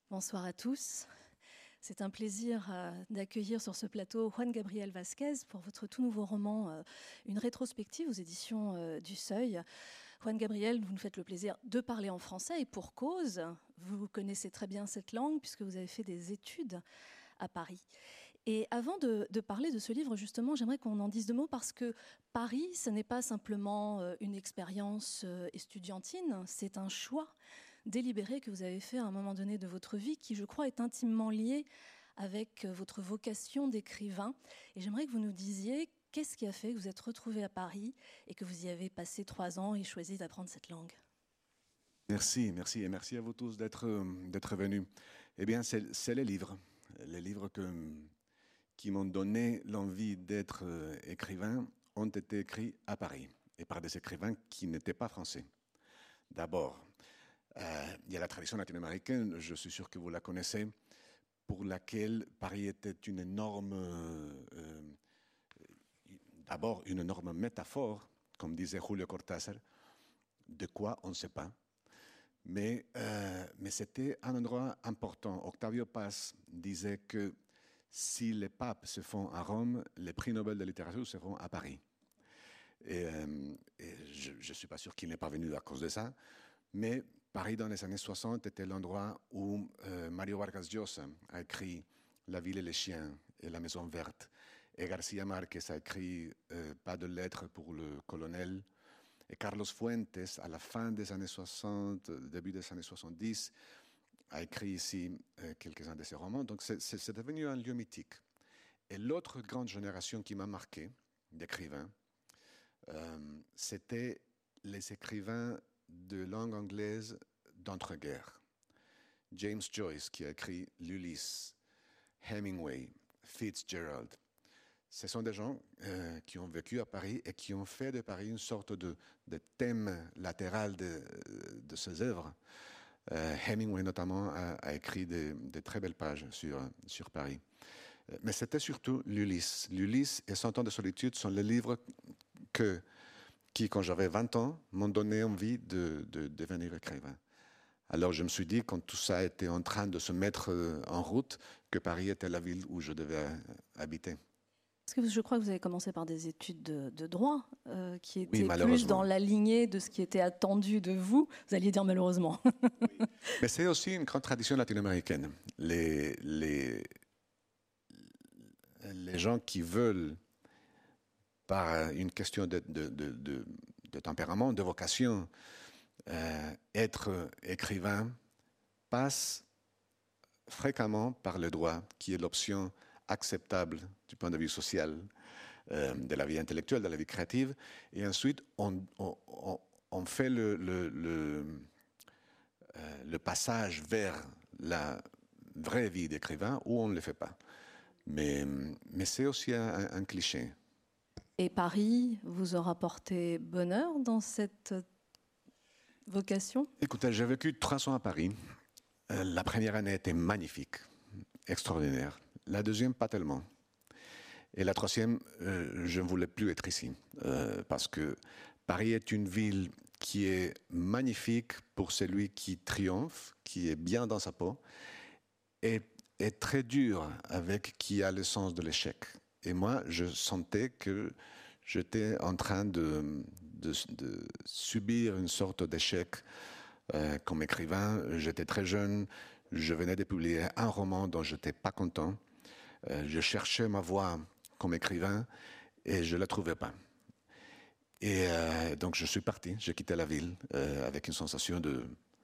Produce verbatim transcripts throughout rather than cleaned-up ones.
Bonsoir à tous. C'est un plaisir euh, d'accueillir sur ce plateau Juan Gabriel Vázquez pour votre tout nouveau roman, euh, une rétrospective aux éditions euh, du Seuil. Juan Gabriel, vous nous faites le plaisir de parler en français et pour cause. Vous connaissez très bien cette langue puisque vous avez fait des études à Paris. Et avant de, de parler de ce livre, justement, j'aimerais qu'on en dise deux mots parce que Paris, ce n'est pas simplement euh, une expérience euh, estudiantine, c'est un choix délibéré que vous avez fait à un moment donné de votre vie qui, je crois, est intimement lié avec votre vocation d'écrivain. Et j'aimerais que vous nous disiez qu'est-ce qui a fait que vous êtes retrouvé à Paris et que vous y avez passé trois ans et choisi d'apprendre cette langue. Merci, merci. Et merci à vous tous d'être d'être venus. Eh bien, c'est les livres. Les livres que, qui m'ont donné l'envie d'être écrivain ont été écrits à Paris et par des écrivains qui n'étaient pas français. D'abord, euh, il y a la tradition latino-américaine, je suis sûr que vous la connaissez, pour laquelle Paris était une énorme, euh, d'abord une énorme métaphore, comme disait Julio Cortázar, de quoi on ne sait pas. Mais, euh, mais c'était un endroit important. Octavio Paz disait que si les papes se font à Rome, les prix Nobel de littérature se font à Paris. Et, euh, et je ne suis pas sûr qu'il n'est pas venu à cause de ça, mais Paris dans les années soixante était l'endroit où euh, Mario Vargas Llosa a écrit La ville et les chiens et La maison verte. Et García Márquez a écrit euh, Pas de lettres pour le colonel. Et Carlos Fuentes, à la fin des années soixante, début des années soixante-dix, a écrit ici euh, quelques-uns de ses romans. Donc c'est devenu un lieu mythique. Et l'autre grande génération qui m'a marqué d'écrivains, euh, c'était les écrivains de langue anglaise d'entre-guerres. James Joyce, qui a écrit l'Ulysse, Hemingway, Fitzgerald. Ce sont des gens euh, qui ont vécu à Paris et qui ont fait de Paris une sorte de, de thème latéral de, de ses œuvres. Euh, Hemingway, notamment, a, a écrit de, de très belles pages sur, sur Paris. Mais c'était surtout l'Ulysse. L'Ulysse et Cent ans de solitude sont les livres que, qui, quand j'avais vingt ans, m'ont donné envie de, de, de devenir écrivain. Alors je me suis dit, quand tout ça était en train de se mettre en route, que Paris était la ville où je devais habiter. Parce que je crois que vous avez commencé par des études de, de droit, euh, qui étaient oui, plus dans la lignée de ce qui était attendu de vous. Vous alliez dire malheureusement. Oui. Mais c'est aussi une grande tradition latino-américaine. Les, les, les gens qui veulent, par une question de, de, de, de, de tempérament, de vocation, euh, être écrivain, passent fréquemment par le droit, qui est l'option acceptable du point de vue social, euh, de la vie intellectuelle, de la vie créative. Et ensuite, on, on, on, on fait le, le, le, euh, le passage vers la vraie vie d'écrivain ou on ne le fait pas. Mais, mais c'est aussi un, un cliché. Et Paris vous aura porté bonheur dans cette vocation? Écoutez, j'ai vécu trois ans à Paris. Euh, la première année était magnifique, extraordinaire. La deuxième, pas tellement. Et la troisième, euh, je ne voulais plus être ici. Euh, parce que Paris est une ville qui est magnifique pour celui qui triomphe, qui est bien dans sa peau, et est très dur avec qui a le sens de l'échec. Et moi, je sentais que j'étais en train de, de, de subir une sorte d'échec euh, comme écrivain. J'étais très jeune, je venais de publier un roman dont je n'étais pas content. Euh, je cherchais ma voie comme écrivain et je ne la trouvais pas. Et euh, donc je suis parti, j'ai quitté la ville euh, avec une sensation de,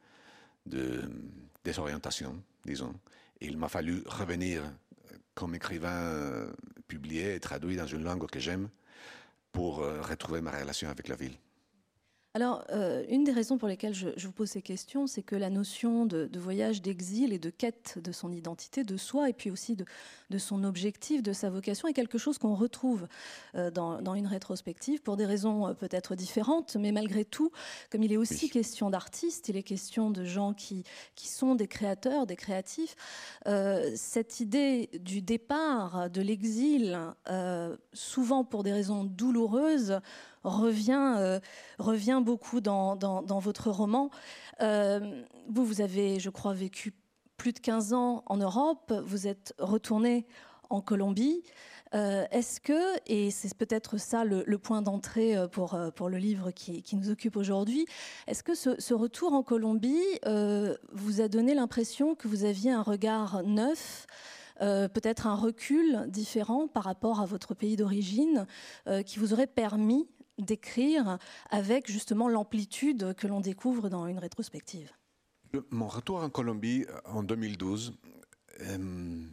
de désorientation, disons. Et il m'a fallu revenir comme écrivain euh, publié et traduit dans une langue que j'aime pour euh, retrouver ma relation avec la ville. Alors, euh, une des raisons pour lesquelles je, je vous pose ces questions, c'est que la notion de, de voyage, d'exil et de quête de son identité, de soi, et puis aussi de, de son objectif, de sa vocation, est quelque chose qu'on retrouve euh, dans, dans une rétrospective pour des raisons euh, peut-être différentes, mais malgré tout, comme il est aussi Oui. question d'artistes, il est question de gens qui, qui sont des créateurs, des créatifs, euh, cette idée du départ, de l'exil, euh, souvent pour des raisons douloureuses, revient, euh, revient beaucoup dans, dans, dans votre roman. Euh, vous, vous avez, je crois, vécu plus de quinze ans en Europe, vous êtes retourné en Colombie. Euh, est-ce que, et c'est peut-être ça le, le point d'entrée pour, pour le livre qui, qui nous occupe aujourd'hui, est-ce que ce, ce retour en Colombie euh, vous a donné l'impression que vous aviez un regard neuf, euh, peut-être un recul différent par rapport à votre pays d'origine, euh, qui vous aurait permis d'écrire avec justement l'amplitude que l'on découvre dans une rétrospective? Mon retour en Colombie en deux mille douze euh,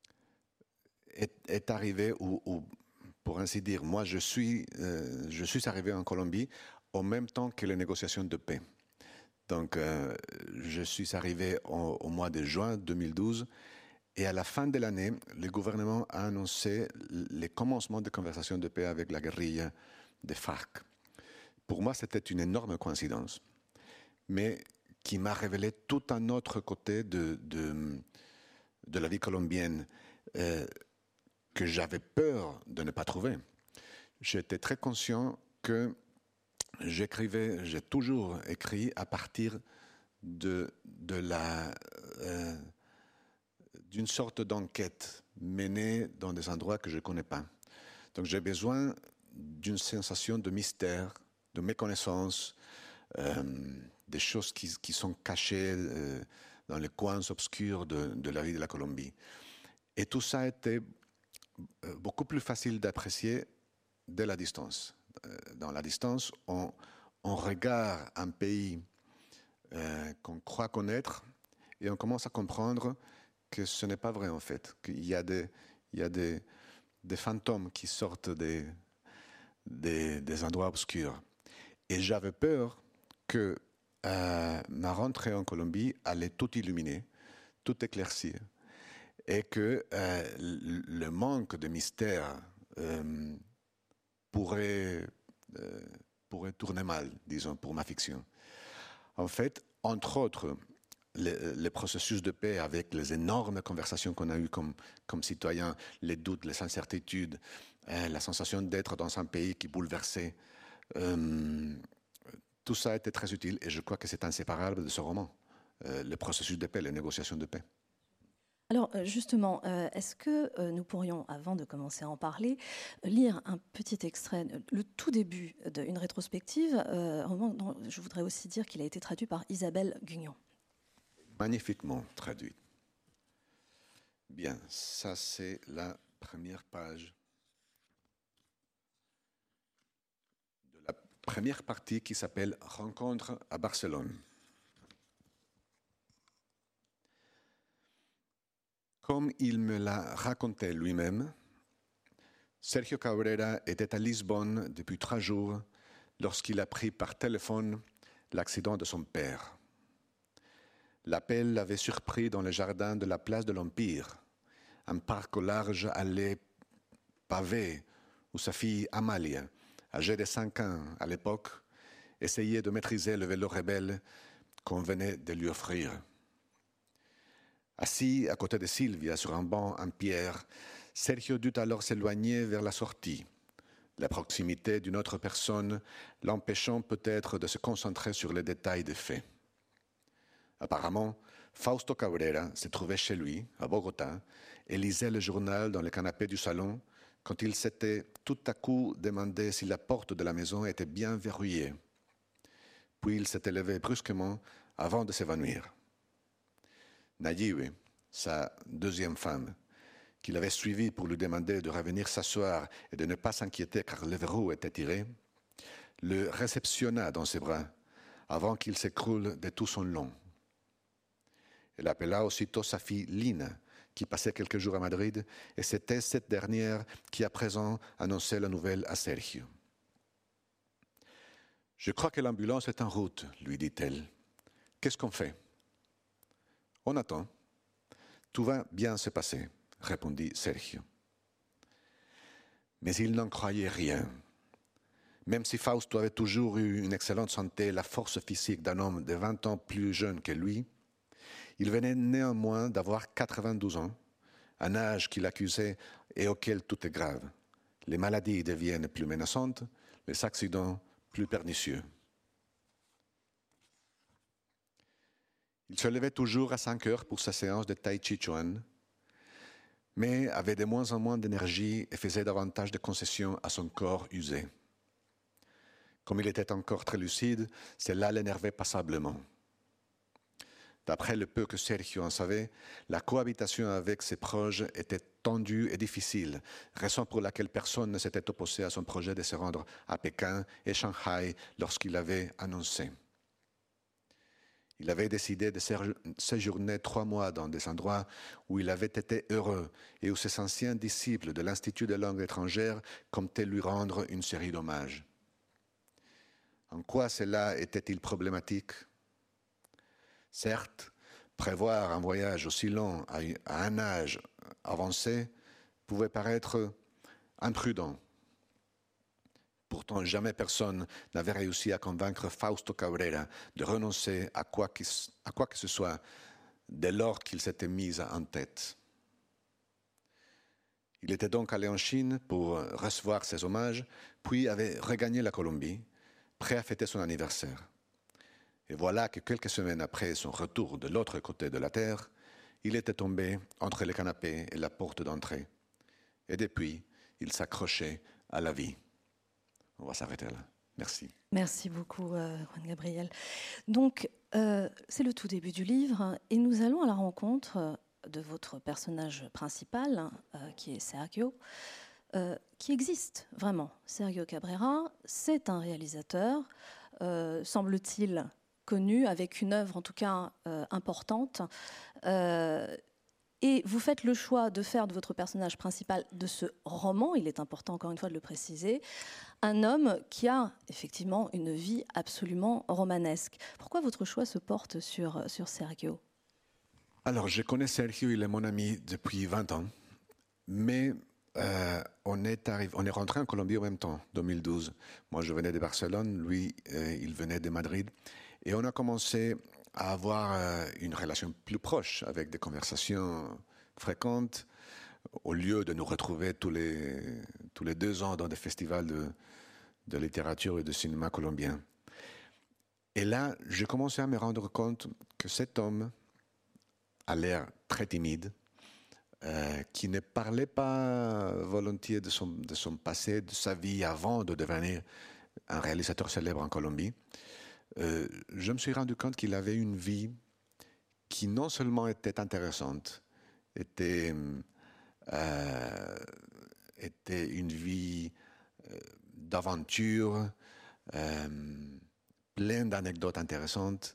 est, est arrivé où, où, pour ainsi dire, moi je suis, euh, je suis arrivé en Colombie en même temps que les négociations de paix. Donc euh, je suis arrivé au, au mois de juin deux mille douze et à la fin de l'année, le gouvernement a annoncé les commencements de conversations de paix avec la guérilla des FARC. Pour moi, c'était une énorme coïncidence, mais qui m'a révélé tout un autre côté de, de, de la vie colombienne euh, que j'avais peur de ne pas trouver. J'étais très conscient que j'écrivais, j'ai toujours écrit à partir de, de la, euh, d'une sorte d'enquête menée dans des endroits que je ne connais pas. Donc j'ai besoin d'une sensation de mystère, de méconnaissance, euh, des choses qui, qui sont cachées euh, dans les coins obscurs de, de la vie de la Colombie. Et tout ça a été beaucoup plus facile d'apprécier dès la distance. Dans la distance, on, on regarde un pays euh, qu'on croit connaître et on commence à comprendre que ce n'est pas vrai en fait, qu'il y a des, il y a des, des fantômes qui sortent des, des, des endroits obscurs. Et j'avais peur que euh, ma rentrée en Colombie allait tout illuminer, tout éclaircir, et que euh, le manque de mystère euh, pourrait, euh, pourrait tourner mal, disons, pour ma fiction. En fait, entre autres, le, le processus de paix avec les énormes conversations qu'on a eues comme, comme citoyens, les doutes, les incertitudes, euh, la sensation d'être dans un pays qui bouleversait, euh, tout ça a été très utile et je crois que c'est inséparable de ce roman, euh, le processus de paix, les négociations de paix. Alors justement, euh, est-ce que euh, nous pourrions, avant de commencer à en parler, lire un petit extrait, le tout début d'une rétrospective, euh, un roman dont je voudrais aussi dire qu'il a été traduit par Isabelle Gugnon. Magnifiquement traduit. Bien, ça c'est la première page de la première partie qui s'appelle « Rencontre à Barcelone ». Comme il me l'a raconté lui-même, Sergio Cabrera était à Lisbonne depuis trois jours lorsqu'il apprit par téléphone l'accident de son père. L'appel l'avait surpris dans le jardin de la place de l'Empire, un parc au large allée pavée où sa fille Amalia, âgée de cinq ans à l'époque, essayait de maîtriser le vélo rebelle qu'on venait de lui offrir. Assis à côté de Sylvia sur un banc en pierre, Sergio dut alors s'éloigner vers la sortie, la proximité d'une autre personne l'empêchant peut-être de se concentrer sur les détails des faits. Apparemment, Fausto Cabrera se trouvait chez lui, à Bogota, et lisait le journal dans le canapé du salon quand il s'était tout à coup demandé si la porte de la maison était bien verrouillée. Puis il s'était levé brusquement avant de s'évanouir. Nayiwe, sa deuxième femme, qui l'avait suivi pour lui demander de revenir s'asseoir et de ne pas s'inquiéter car le verrou était tiré, le réceptionna dans ses bras avant qu'il s'écroule de tout son long. Elle appela aussitôt sa fille Lina, qui passait quelques jours à Madrid, et c'était cette dernière qui à présent annonçait la nouvelle à Sergio. « Je crois que l'ambulance est en route, lui dit-elle. Qu'est-ce qu'on fait ? » « On attend. Tout va bien se passer, » répondit Sergio. Mais il n'en croyait rien. Même si Fausto avait toujours eu une excellente santé et la force physique d'un homme de vingt ans plus jeune que lui, il venait néanmoins d'avoir quatre-vingt-douze ans, un âge qu'il accusait et auquel tout est grave. Les maladies deviennent plus menaçantes, les accidents plus pernicieux. Il se levait toujours à cinq heures pour sa séance de Tai Chi Chuan, mais avait de moins en moins d'énergie et faisait davantage de concessions à son corps usé. Comme il était encore très lucide, cela l'énervait passablement. D'après le peu que Sergio en savait, la cohabitation avec ses proches était tendue et difficile, raison pour laquelle personne ne s'était opposé à son projet de se rendre à Pékin et Shanghai lorsqu'il avait annoncé. Il avait décidé de séjourner trois mois dans des endroits où il avait été heureux et où ses anciens disciples de l'Institut de langue étrangère comptaient lui rendre une série d'hommages. En quoi cela était-il problématique ? Certes, prévoir un voyage aussi long à un âge avancé pouvait paraître imprudent. Pourtant, jamais personne n'avait réussi à convaincre Fausto Cabrera de renoncer à quoi que, à quoi que ce soit dès lors qu'il s'était mis en tête. Il était donc allé en Chine pour recevoir ses hommages, puis avait regagné la Colombie, prêt à fêter son anniversaire. Et voilà que quelques semaines après son retour de l'autre côté de la Terre, il était tombé entre le canapé et la porte d'entrée. Et depuis, il s'accrochait à la vie. On va s'arrêter là. Merci. Merci beaucoup, euh, Juan Gabriel. Donc, euh, c'est le tout début du livre et nous allons à la rencontre de votre personnage principal, euh, qui est Sergio, euh, qui existe vraiment. Sergio Cabrera, c'est un réalisateur, euh, semble-t-il, connu, avec une œuvre en tout cas euh, importante. Euh, Et vous faites le choix de faire de votre personnage principal, de ce roman, il est important encore une fois de le préciser, un homme qui a effectivement une vie absolument romanesque. Pourquoi votre choix se porte sur, sur Sergio ? Alors, je connais Sergio, il est mon ami depuis vingt ans, mais euh, on, est arrivé, on est rentré en Colombie en même temps, deux mille douze. Moi, je venais de Barcelone, lui, euh, il venait de Madrid, et on a commencé à avoir une relation plus proche, avec des conversations fréquentes, au lieu de nous retrouver tous les, tous les deux ans dans des festivals de, de littérature et de cinéma colombien. Et là, j'ai commencé à me rendre compte que cet homme a l'air très timide, euh, qui ne parlait pas volontiers de son, de son passé, de sa vie avant de devenir un réalisateur célèbre en Colombie. Euh, je me suis rendu compte qu'il avait une vie qui non seulement était intéressante, était, euh, était une vie euh, d'aventure, euh, pleine d'anecdotes intéressantes,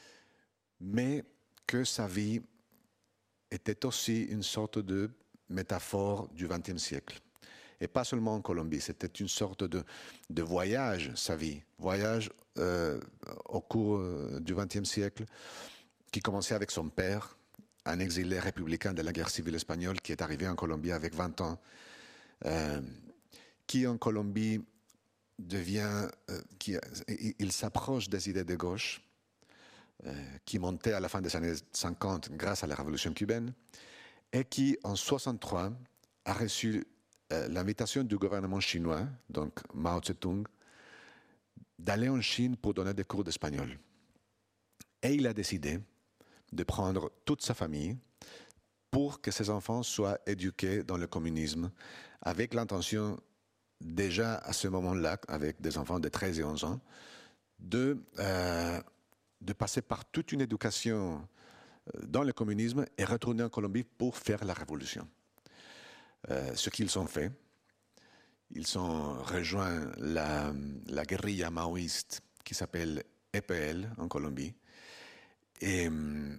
mais que sa vie était aussi une sorte de métaphore du vingtième siècle. Et pas seulement en Colombie, c'était une sorte de, de voyage, sa vie. Voyage euh, au cours euh, du vingtième siècle, qui commençait avec son père, un exilé républicain de la guerre civile espagnole, qui est arrivé en Colombie avec vingt ans, euh, qui en Colombie devient, euh, qui, il s'approche des idées de gauche, euh, qui montaient à la fin des années cinquante grâce à la révolution cubaine, et qui en soixante-trois a reçu l'invitation du gouvernement chinois, donc Mao Tse-tung, d'aller en Chine pour donner des cours d'espagnol. Et il a décidé de prendre toute sa famille pour que ses enfants soient éduqués dans le communisme, avec l'intention, déjà à ce moment-là, avec des enfants de treize et onze ans, de, euh, de passer par toute une éducation dans le communisme et retourner en Colombie pour faire la révolution. Euh, ce qu'ils ont fait, ils ont rejoint la, la guérilla maoïste qui s'appelle E P L en Colombie, et,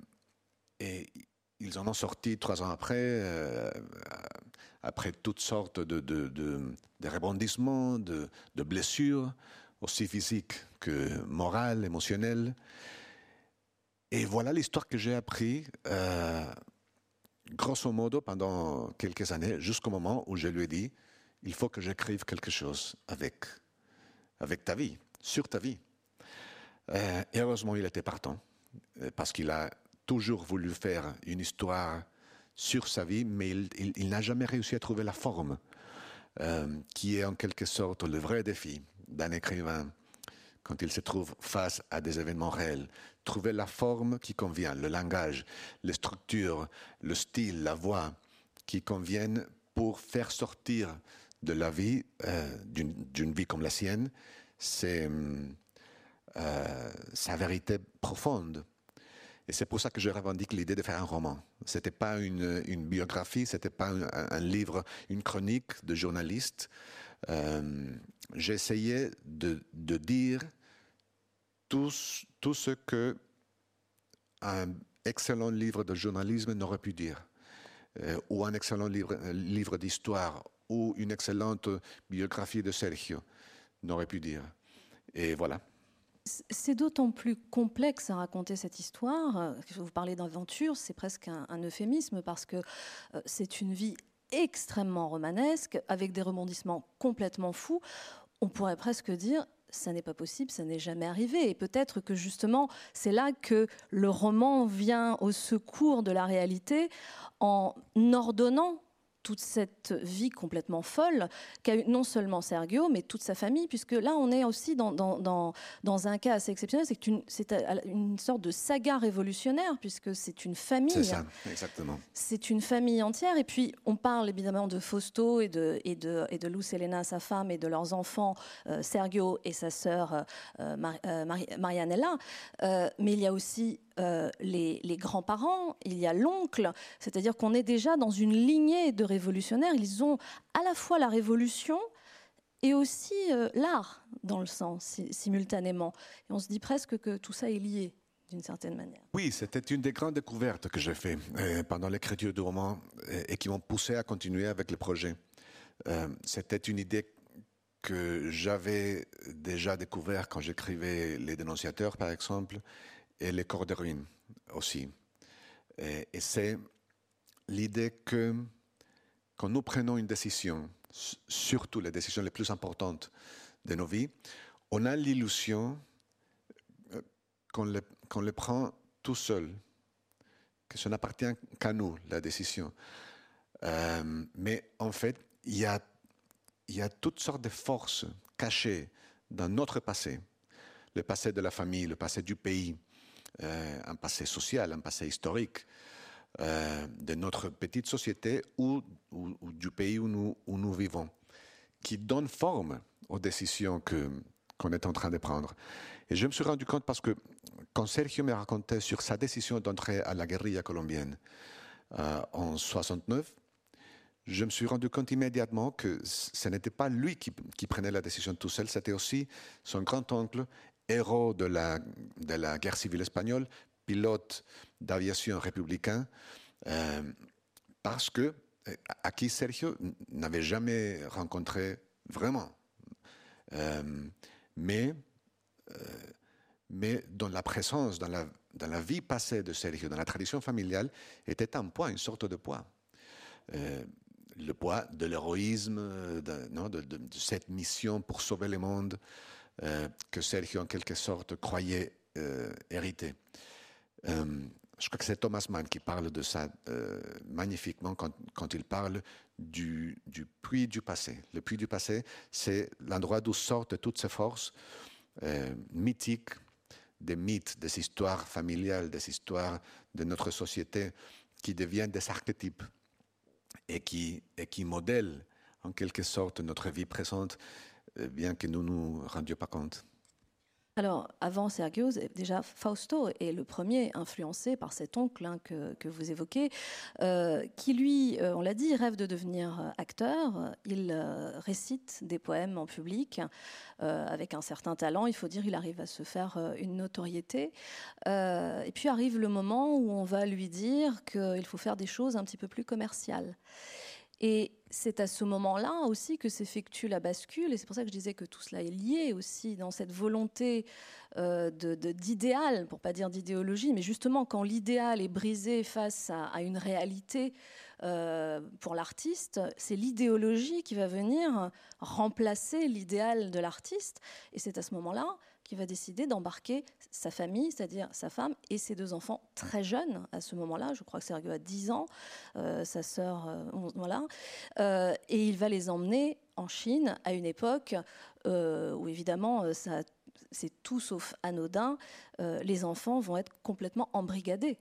et ils en ont sorti trois ans après, euh, après toutes sortes de, de, de, de rebondissements, de, de blessures, aussi physiques que morales, émotionnelles. Et voilà l'histoire que j'ai appris euh, grosso modo, pendant quelques années, jusqu'au moment où je lui ai dit « il faut que j'écrive quelque chose avec, avec ta vie, sur ta vie ». Euh, et heureusement, il était partant, parce qu'il a toujours voulu faire une histoire sur sa vie, mais il, il, il n'a jamais réussi à trouver la forme, euh, qui est en quelque sorte le vrai défi d'un écrivain quand il se trouve face à des événements réels. Trouver la forme qui convient, le langage, les structures, le style, la voix qui conviennent pour faire sortir de la vie, euh, d'une, d'une vie comme la sienne, c'est euh, sa vérité profonde. Et c'est pour ça que je revendique l'idée de faire un roman. Ce n'était pas une, une biographie, ce n'était pas un, un livre, une chronique de journaliste. Euh, j'ai essayé de, de dire tout, tout ce qu'un excellent livre de journalisme n'aurait pu dire, euh, ou un excellent livre, un livre d'histoire, ou une excellente biographie de Sergio n'aurait pu dire. Et voilà. C'est d'autant plus complexe à raconter cette histoire. Vous parlez d'aventure, c'est presque un, un euphémisme parce que euh, c'est une vie extrêmement romanesque, avec des rebondissements complètement fous. On pourrait presque dire, ça n'est pas possible, ça n'est jamais arrivé. Et peut-être que justement, c'est là que le roman vient au secours de la réalité en ordonnant toute cette vie complètement folle qu'a eu non seulement Sergio, mais toute sa famille, puisque là, on est aussi dans, dans, dans, dans un cas assez exceptionnel, c'est une, c'est une sorte de saga révolutionnaire, puisque c'est une famille. C'est ça, exactement. C'est une famille entière, et puis on parle évidemment de Fausto et de, et de, et de Luz Helena, sa femme, et de leurs enfants, euh, Sergio et sa sœur euh, Mar euh, Mar Marianella, euh, mais il y a aussi Euh, les, les grands-parents, il y a l'oncle, c'est-à-dire qu'on est déjà dans une lignée de révolutionnaires. Ils ont à la fois la révolution et aussi euh, l'art dans le sang, si, simultanément. Et on se dit presque que tout ça est lié, d'une certaine manière. Oui, c'était une des grandes découvertes que j'ai faites euh, pendant l'écriture du roman euh, et qui m'ont poussé à continuer avec le projet. Euh, c'était une idée que j'avais déjà découverte quand j'écrivais Les Dénonciateurs, par exemple, et Les Corps de ruine aussi. Et, et c'est l'idée que quand nous prenons une décision, surtout les décisions les plus importantes de nos vies, on a l'illusion qu'on les, qu'on les prend tout seul, que ça n'appartient qu'à nous, la décision. Euh, mais en fait, il y a, il y a toutes sortes de forces cachées dans notre passé. Le passé de la famille, le passé du pays, Euh, un passé social, un passé historique euh, de notre petite société ou, ou, ou du pays où nous, où nous vivons, qui donne forme aux décisions que, qu'on est en train de prendre. Et je me suis rendu compte parce que quand Sergio me racontait sur sa décision d'entrer à la guérilla colombienne euh, en soixante-neuf, je me suis rendu compte immédiatement que ce n'était pas lui qui, qui prenait la décision tout seul, c'était aussi son grand-oncle, héros de la, de la guerre civile espagnole, pilote d'aviation républicain, euh, parce que, à qui Sergio n'avait jamais rencontré vraiment. Euh, mais, euh, mais dans la présence, dans la, dans la vie passée de Sergio, dans la tradition familiale, était un poids, une sorte de poids. Euh, le poids de l'héroïsme, de, non, de, de, de cette mission pour sauver le monde, Euh, que Sergio en quelque sorte croyait euh, hériter. Euh, je crois que c'est Thomas Mann qui parle de ça euh, magnifiquement quand, quand il parle du, du puits du passé. Le puits du passé, c'est l'endroit d'où sortent toutes ces forces euh, mythiques, des mythes, des histoires familiales, des histoires de notre société qui deviennent des archétypes et qui, et qui modèlent en quelque sorte notre vie présente, bien que nous ne nous rendions pas compte. Alors, avant Sergio, déjà, Fausto est le premier influencé par cet oncle hein, que, que vous évoquez, euh, qui lui, euh, on l'a dit, rêve de devenir acteur. Il euh, récite des poèmes en public euh, avec un certain talent. Il faut dire, il arrive à se faire euh, une notoriété. Euh, et puis arrive le moment où on va lui dire qu'il faut faire des choses un petit peu plus commerciales. Et c'est à ce moment-là aussi que s'effectue la bascule, et c'est pour ça que je disais que tout cela est lié aussi dans cette volonté euh, de, de, d'idéal, pour ne pas dire d'idéologie, mais justement quand l'idéal est brisé face à, à une réalité euh, pour l'artiste, c'est l'idéologie qui va venir remplacer l'idéal de l'artiste, et c'est à ce moment-là qui va décider d'embarquer sa famille, c'est-à-dire sa femme et ses deux enfants très jeunes à ce moment-là. Je crois que Sergio a dix ans, euh, sa sœur, euh, voilà. Euh, et il va les emmener en Chine à une époque euh, où évidemment ça, c'est tout sauf anodin, euh, les enfants vont être complètement embrigadés.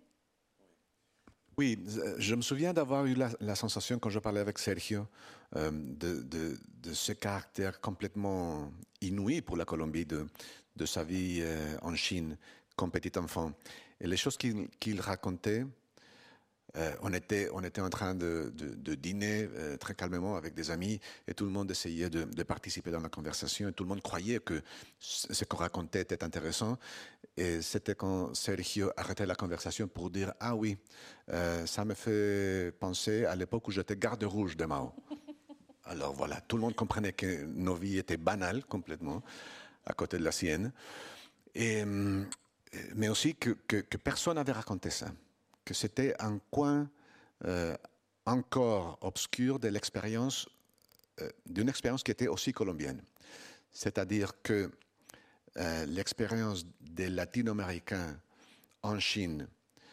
Oui, je me souviens d'avoir eu la, la sensation, quand je parlais avec Sergio, euh, de, de, de ce caractère complètement inouï pour la Colombie de, de sa vie euh, en Chine comme petit enfant. Et les choses qu'il qu'il racontait, euh, on, était, on était en train de, de, de dîner euh, très calmement avec des amis et tout le monde essayait de, de participer dans la conversation et tout le monde croyait que ce qu'on racontait était intéressant. Et c'était quand Sergio arrêtait la conversation pour dire « Ah oui, euh, ça me fait penser à l'époque où j'étais garde rouge de Mao. » Alors voilà, tout le monde comprenait que nos vies étaient banales complètement à côté de la sienne. Et, mais aussi que, que, que personne n'avait raconté ça, que c'était un coin euh, encore obscur de l'expérience, euh, d'une expérience qui était aussi colombienne. C'est-à-dire que euh, l'expérience des latino-américains en Chine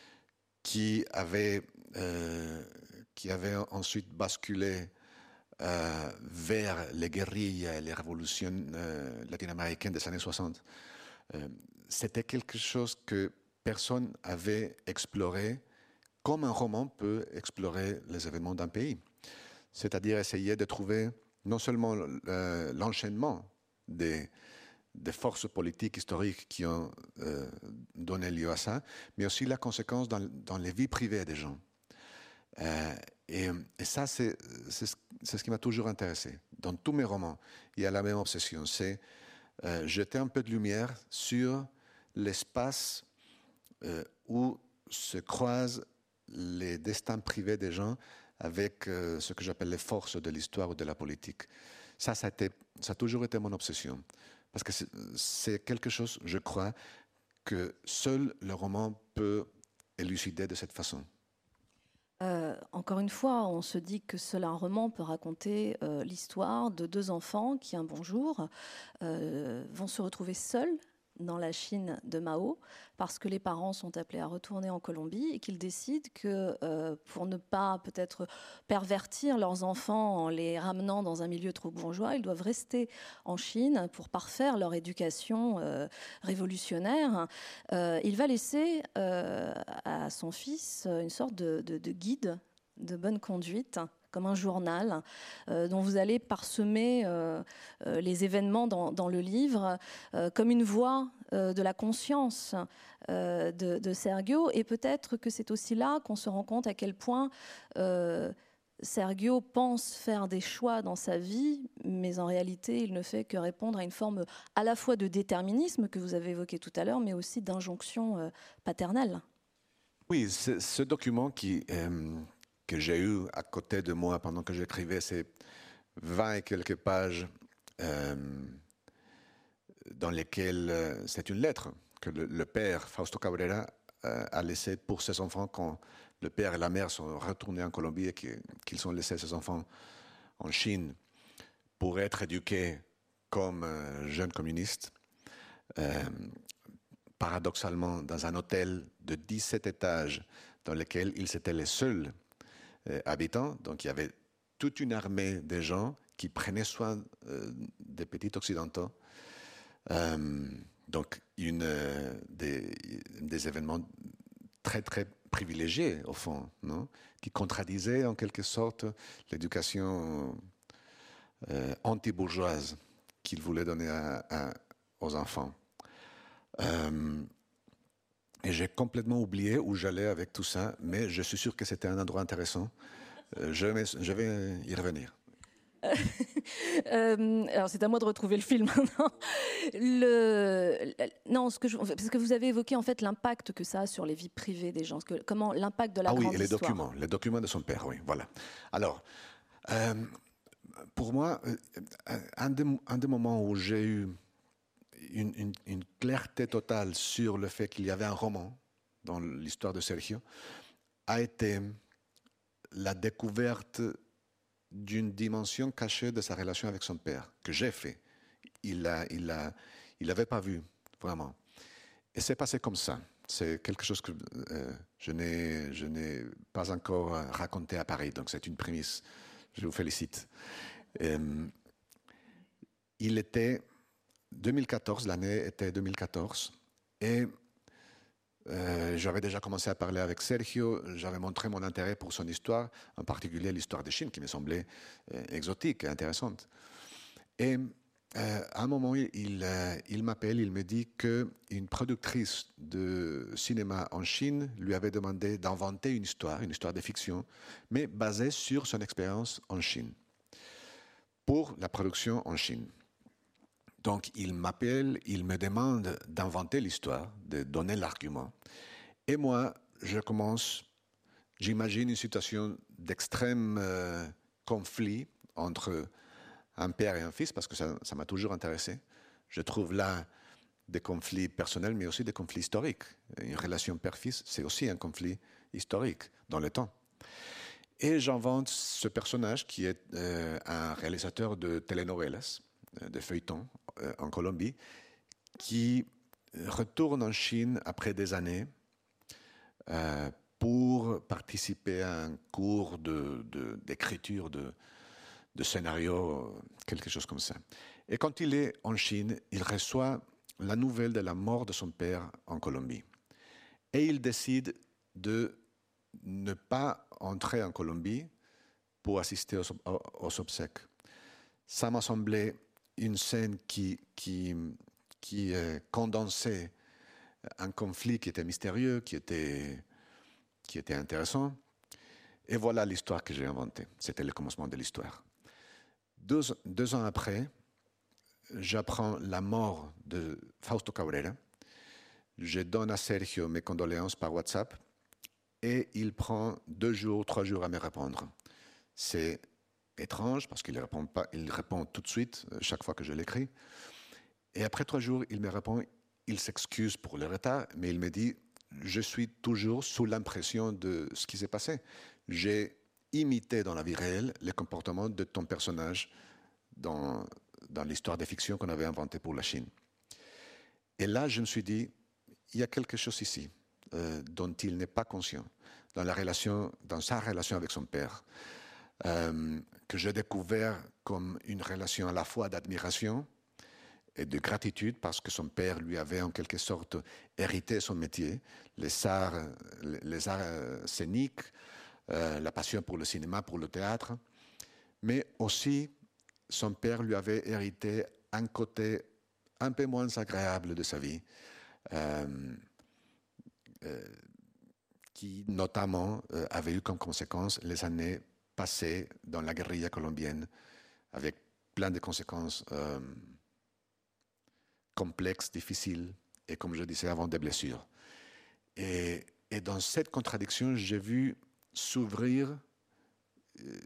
qui avaient, euh, qui avaient ensuite basculé euh, vers les guérilles et les révolutions euh, latino-américaines des années soixante, euh, c'était quelque chose que personne n'avait exploré comme un roman peut explorer les événements d'un pays. C'est-à-dire essayer de trouver non seulement euh, l'enchaînement des, des forces politiques historiques qui ont euh, donné lieu à ça, mais aussi la conséquence dans, dans les vies privées des gens. Euh, et, et ça, c'est ce qui m'a toujours intéressé. Dans tous mes romans, il y a la même obsession, c'est euh, jeter un peu de lumière sur l'espace euh, où se croisent les destins privés des gens avec euh, ce que j'appelle les forces de l'histoire ou de la politique. Ça, ça a, été, ça a toujours été mon obsession. Parce que c'est quelque chose, je crois, que seul le roman peut élucider de cette façon. Euh, encore une fois, on se dit que seul un roman peut raconter euh, l'histoire de deux enfants qui, un bon jour, euh, vont se retrouver seuls dans la Chine de Mao, parce que les parents sont appelés à retourner en Colombie et qu'ils décident que euh, pour ne pas peut-être pervertir leurs enfants en les ramenant dans un milieu trop bourgeois, ils doivent rester en Chine pour parfaire leur éducation euh, révolutionnaire. Euh, il va laisser euh, à son fils une sorte de, de, de guide de bonne conduite, comme un journal, euh, dont vous allez parsemer euh, euh, les événements dans, dans le livre, euh, comme une voix euh, de la conscience euh, de, de Sergio. Et peut-être que c'est aussi là qu'on se rend compte à quel point euh, Sergio pense faire des choix dans sa vie, mais en réalité, il ne fait que répondre à une forme à la fois de déterminisme que vous avez évoqué tout à l'heure, mais aussi d'injonction euh, paternelle. Oui, ce document qui... Euh... que j'ai eu à côté de moi pendant que j'écrivais ces vingt et quelques pages euh, dans lesquelles euh, c'est une lettre que le, le père, Fausto Cabrera, euh, a laissée pour ses enfants quand le père et la mère sont retournés en Colombie et qu'ils ont laissé ses enfants en Chine pour être éduqués comme euh, jeunes communistes. Euh, paradoxalement, dans un hôtel de dix-sept étages dans lequel ils étaient les seuls Euh, habitants, donc il y avait toute une armée de gens qui prenaient soin euh, des petits occidentaux. Euh, donc une, euh, des, des événements très très privilégiés au fond, non, qui contradisaient en quelque sorte l'éducation euh, anti-bourgeoise qu'il voulait donner à, à, aux enfants. Euh, Et j'ai complètement oublié où j'allais avec tout ça, mais je suis sûr que c'était un endroit intéressant. Euh, je, vais, je vais y revenir. euh, alors c'est à moi de retrouver le film maintenant. Le, non, ce que je, parce que vous avez évoqué en fait l'impact que ça a sur les vies privées des gens. Que, comment l'impact de la ah grande oui, et les histoire. documents, les documents de son père, oui, voilà. Alors, euh, pour moi, un des, un des moments où j'ai eu Une, une, une clarté totale sur le fait qu'il y avait un roman dans l'histoire de Sergio a été la découverte d'une dimension cachée de sa relation avec son père, que j'ai fait. Il l'a il a, il l'avait pas vu, vraiment. Et c'est passé comme ça. C'est quelque chose que euh, je n'ai je n'ai pas encore raconté à Paris, donc c'est une prémisse. Je vous félicite. Euh, il était deux mille quatorze, l'année était deux mille quatorze, et euh, j'avais déjà commencé à parler avec Sergio, j'avais montré mon intérêt pour son histoire, en particulier l'histoire de Chine, qui me semblait euh, exotique et intéressante. Et euh, à un moment, il, euh, il m'appelle, il me dit qu'une productrice de cinéma en Chine lui avait demandé d'inventer une histoire, une histoire de fiction, mais basée sur son expérience en Chine, pour la production en Chine. Donc, il m'appelle, il me demande d'inventer l'histoire, de donner l'argument. Et moi, je commence, j'imagine une situation d'extrême euh, conflit entre un père et un fils, parce que ça, ça m'a toujours intéressé. Je trouve là des conflits personnels, mais aussi des conflits historiques. Une relation père-fils, c'est aussi un conflit historique dans le temps. Et j'invente ce personnage qui est euh, un réalisateur de telenovelas, de feuilletons euh, en Colombie, qui retourne en Chine après des années euh, pour participer à un cours de, de, d'écriture de, de scénario, quelque chose comme ça. Et quand il est en Chine, il reçoit la nouvelle de la mort de son père en Colombie. Et il décide de ne pas entrer en Colombie pour assister aux, aux obsèques. Ça m'a semblé une scène qui, qui, qui euh, condensait un conflit qui était mystérieux, qui était, qui était intéressant. Et voilà l'histoire que j'ai inventée. C'était le commencement de l'histoire. Deux, deux ans après, j'apprends la mort de Fausto Cabrera. Je donne à Sergio mes condoléances par WhatsApp et il prend deux jours, trois jours à me répondre. C'est étrange parce qu'il répond pas, il répond tout de suite chaque fois que je l'écris. Et après trois jours, il me répond, il s'excuse pour le retard, mais il me dit, je suis toujours sous l'impression de ce qui s'est passé. J'ai imité dans la vie réelle les comportements de ton personnage dans, dans l'histoire de fiction qu'on avait inventée pour la Chine. Et là, je me suis dit, il y a quelque chose ici euh, dont il n'est pas conscient dans, la relation, dans sa relation avec son père, euh, que j'ai découvert comme une relation à la fois d'admiration et de gratitude parce que son père lui avait en quelque sorte hérité son métier, les arts, les arts scéniques, euh, la passion pour le cinéma, pour le théâtre, mais aussi son père lui avait hérité un côté un peu moins agréable de sa vie, euh, euh, qui notamment euh, avait eu comme conséquence les années passées dans la guérilla colombienne, avec plein de conséquences euh, complexes, difficiles, et comme je disais avant, des blessures. Et, et dans cette contradiction, j'ai vu s'ouvrir euh,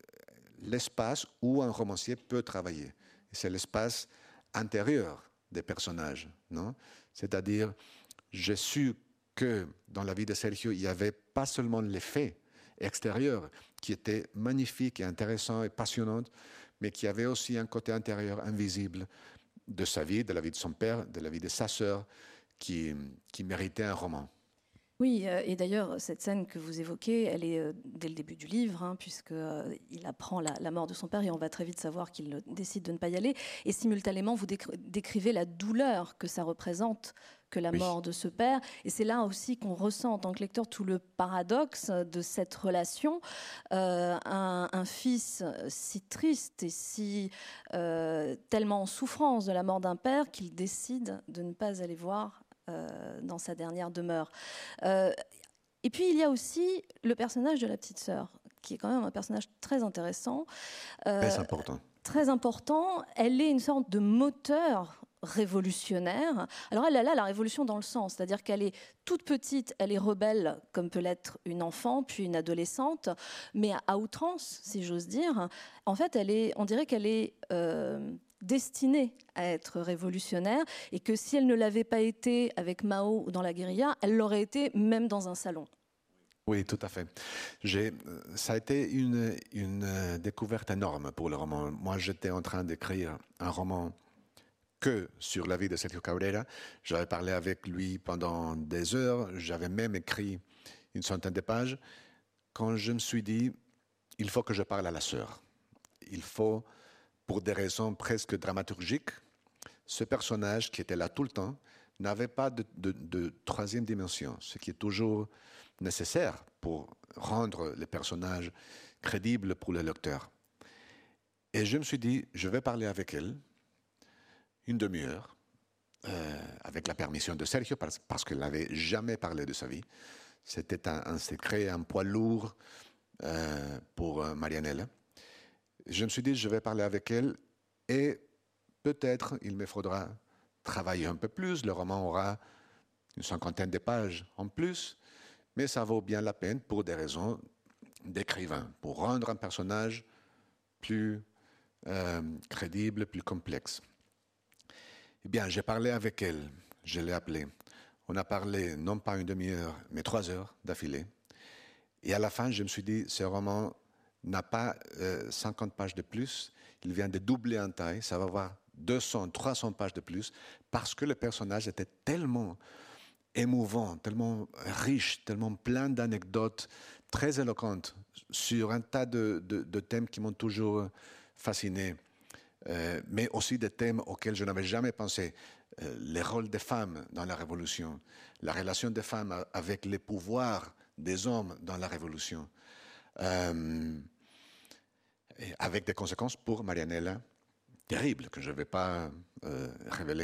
l'espace où un romancier peut travailler. C'est l'espace intérieur des personnages, non ? C'est-à-dire, j'ai su que dans la vie de Sergio, il n'y avait pas seulement les faits extérieurs qui étaient magnifiques et intéressants et passionnants, mais qu'il y avait aussi un côté intérieur invisible de sa vie, de la vie de son père, de la vie de sa sœur, qui, qui méritait un roman. Oui, et d'ailleurs, cette scène que vous évoquez, elle est dès le début du livre, hein, puisqu'il apprend la, la mort de son père et on va très vite savoir qu'il décide de ne pas y aller. Et simultanément, vous décrivez la douleur que ça représente, que la oui. mort de ce père. Et c'est là aussi qu'on ressent en tant que lecteur tout le paradoxe de cette relation. Euh, un, un fils si triste et si euh, tellement en souffrance de la mort d'un père qu'il décide de ne pas aller voir dans sa dernière demeure. Euh, et puis il y a aussi le personnage de la petite sœur, qui est quand même un personnage très intéressant. Euh, très important. Très important. Elle est une sorte de moteur révolutionnaire. Alors elle a là la révolution dans le sens, c'est-à-dire qu'elle est toute petite, elle est rebelle, comme peut l'être une enfant, puis une adolescente, mais à outrance, si j'ose dire. En fait, elle est, on dirait qu'elle est... Euh, destinée à être révolutionnaire et que si elle ne l'avait pas été avec Mao ou dans la guérilla, elle l'aurait été même dans un salon. Oui, tout à fait. J'ai, ça a été une, une découverte énorme pour le roman. Moi, j'étais en train d'écrire un roman que sur la vie de Sergio Cabrera. J'avais parlé avec lui pendant des heures. J'avais même écrit une centaine de pages. Quand je me suis dit, il faut que je parle à la sœur. Il faut... pour des raisons presque dramaturgiques, ce personnage qui était là tout le temps n'avait pas de, de, de troisième dimension, ce qui est toujours nécessaire pour rendre les personnages crédibles pour le lecteur. Et je me suis dit, je vais parler avec elle une demi-heure, euh, avec la permission de Sergio, parce, parce qu'elle n'avait jamais parlé de sa vie. C'était un, un secret, un poids lourd euh, pour euh, Marianella. Je me suis dit, je vais parler avec elle et peut-être il me faudra travailler un peu plus. Le roman aura une cinquantaine de pages en plus, mais ça vaut bien la peine pour des raisons d'écrivain, pour rendre un personnage plus euh, crédible, plus complexe. Eh bien, j'ai parlé avec elle, je l'ai appelée. On a parlé non pas une demi-heure, mais trois heures d'affilée. Et à la fin, je me suis dit, ce roman n'a pas euh, cinquante pages de plus, il vient de doubler en taille, ça va avoir deux cents, trois cents pages de plus, parce que le personnage était tellement émouvant, tellement riche, tellement plein d'anecdotes très éloquentes sur un tas de, de, de thèmes qui m'ont toujours fasciné, euh, mais aussi des thèmes auxquels je n'avais jamais pensé. Euh, les rôles des femmes dans la Révolution, la relation des femmes avec les pouvoirs des hommes dans la Révolution, euh, et avec des conséquences pour Marianella terribles que je ne vais pas euh, révéler.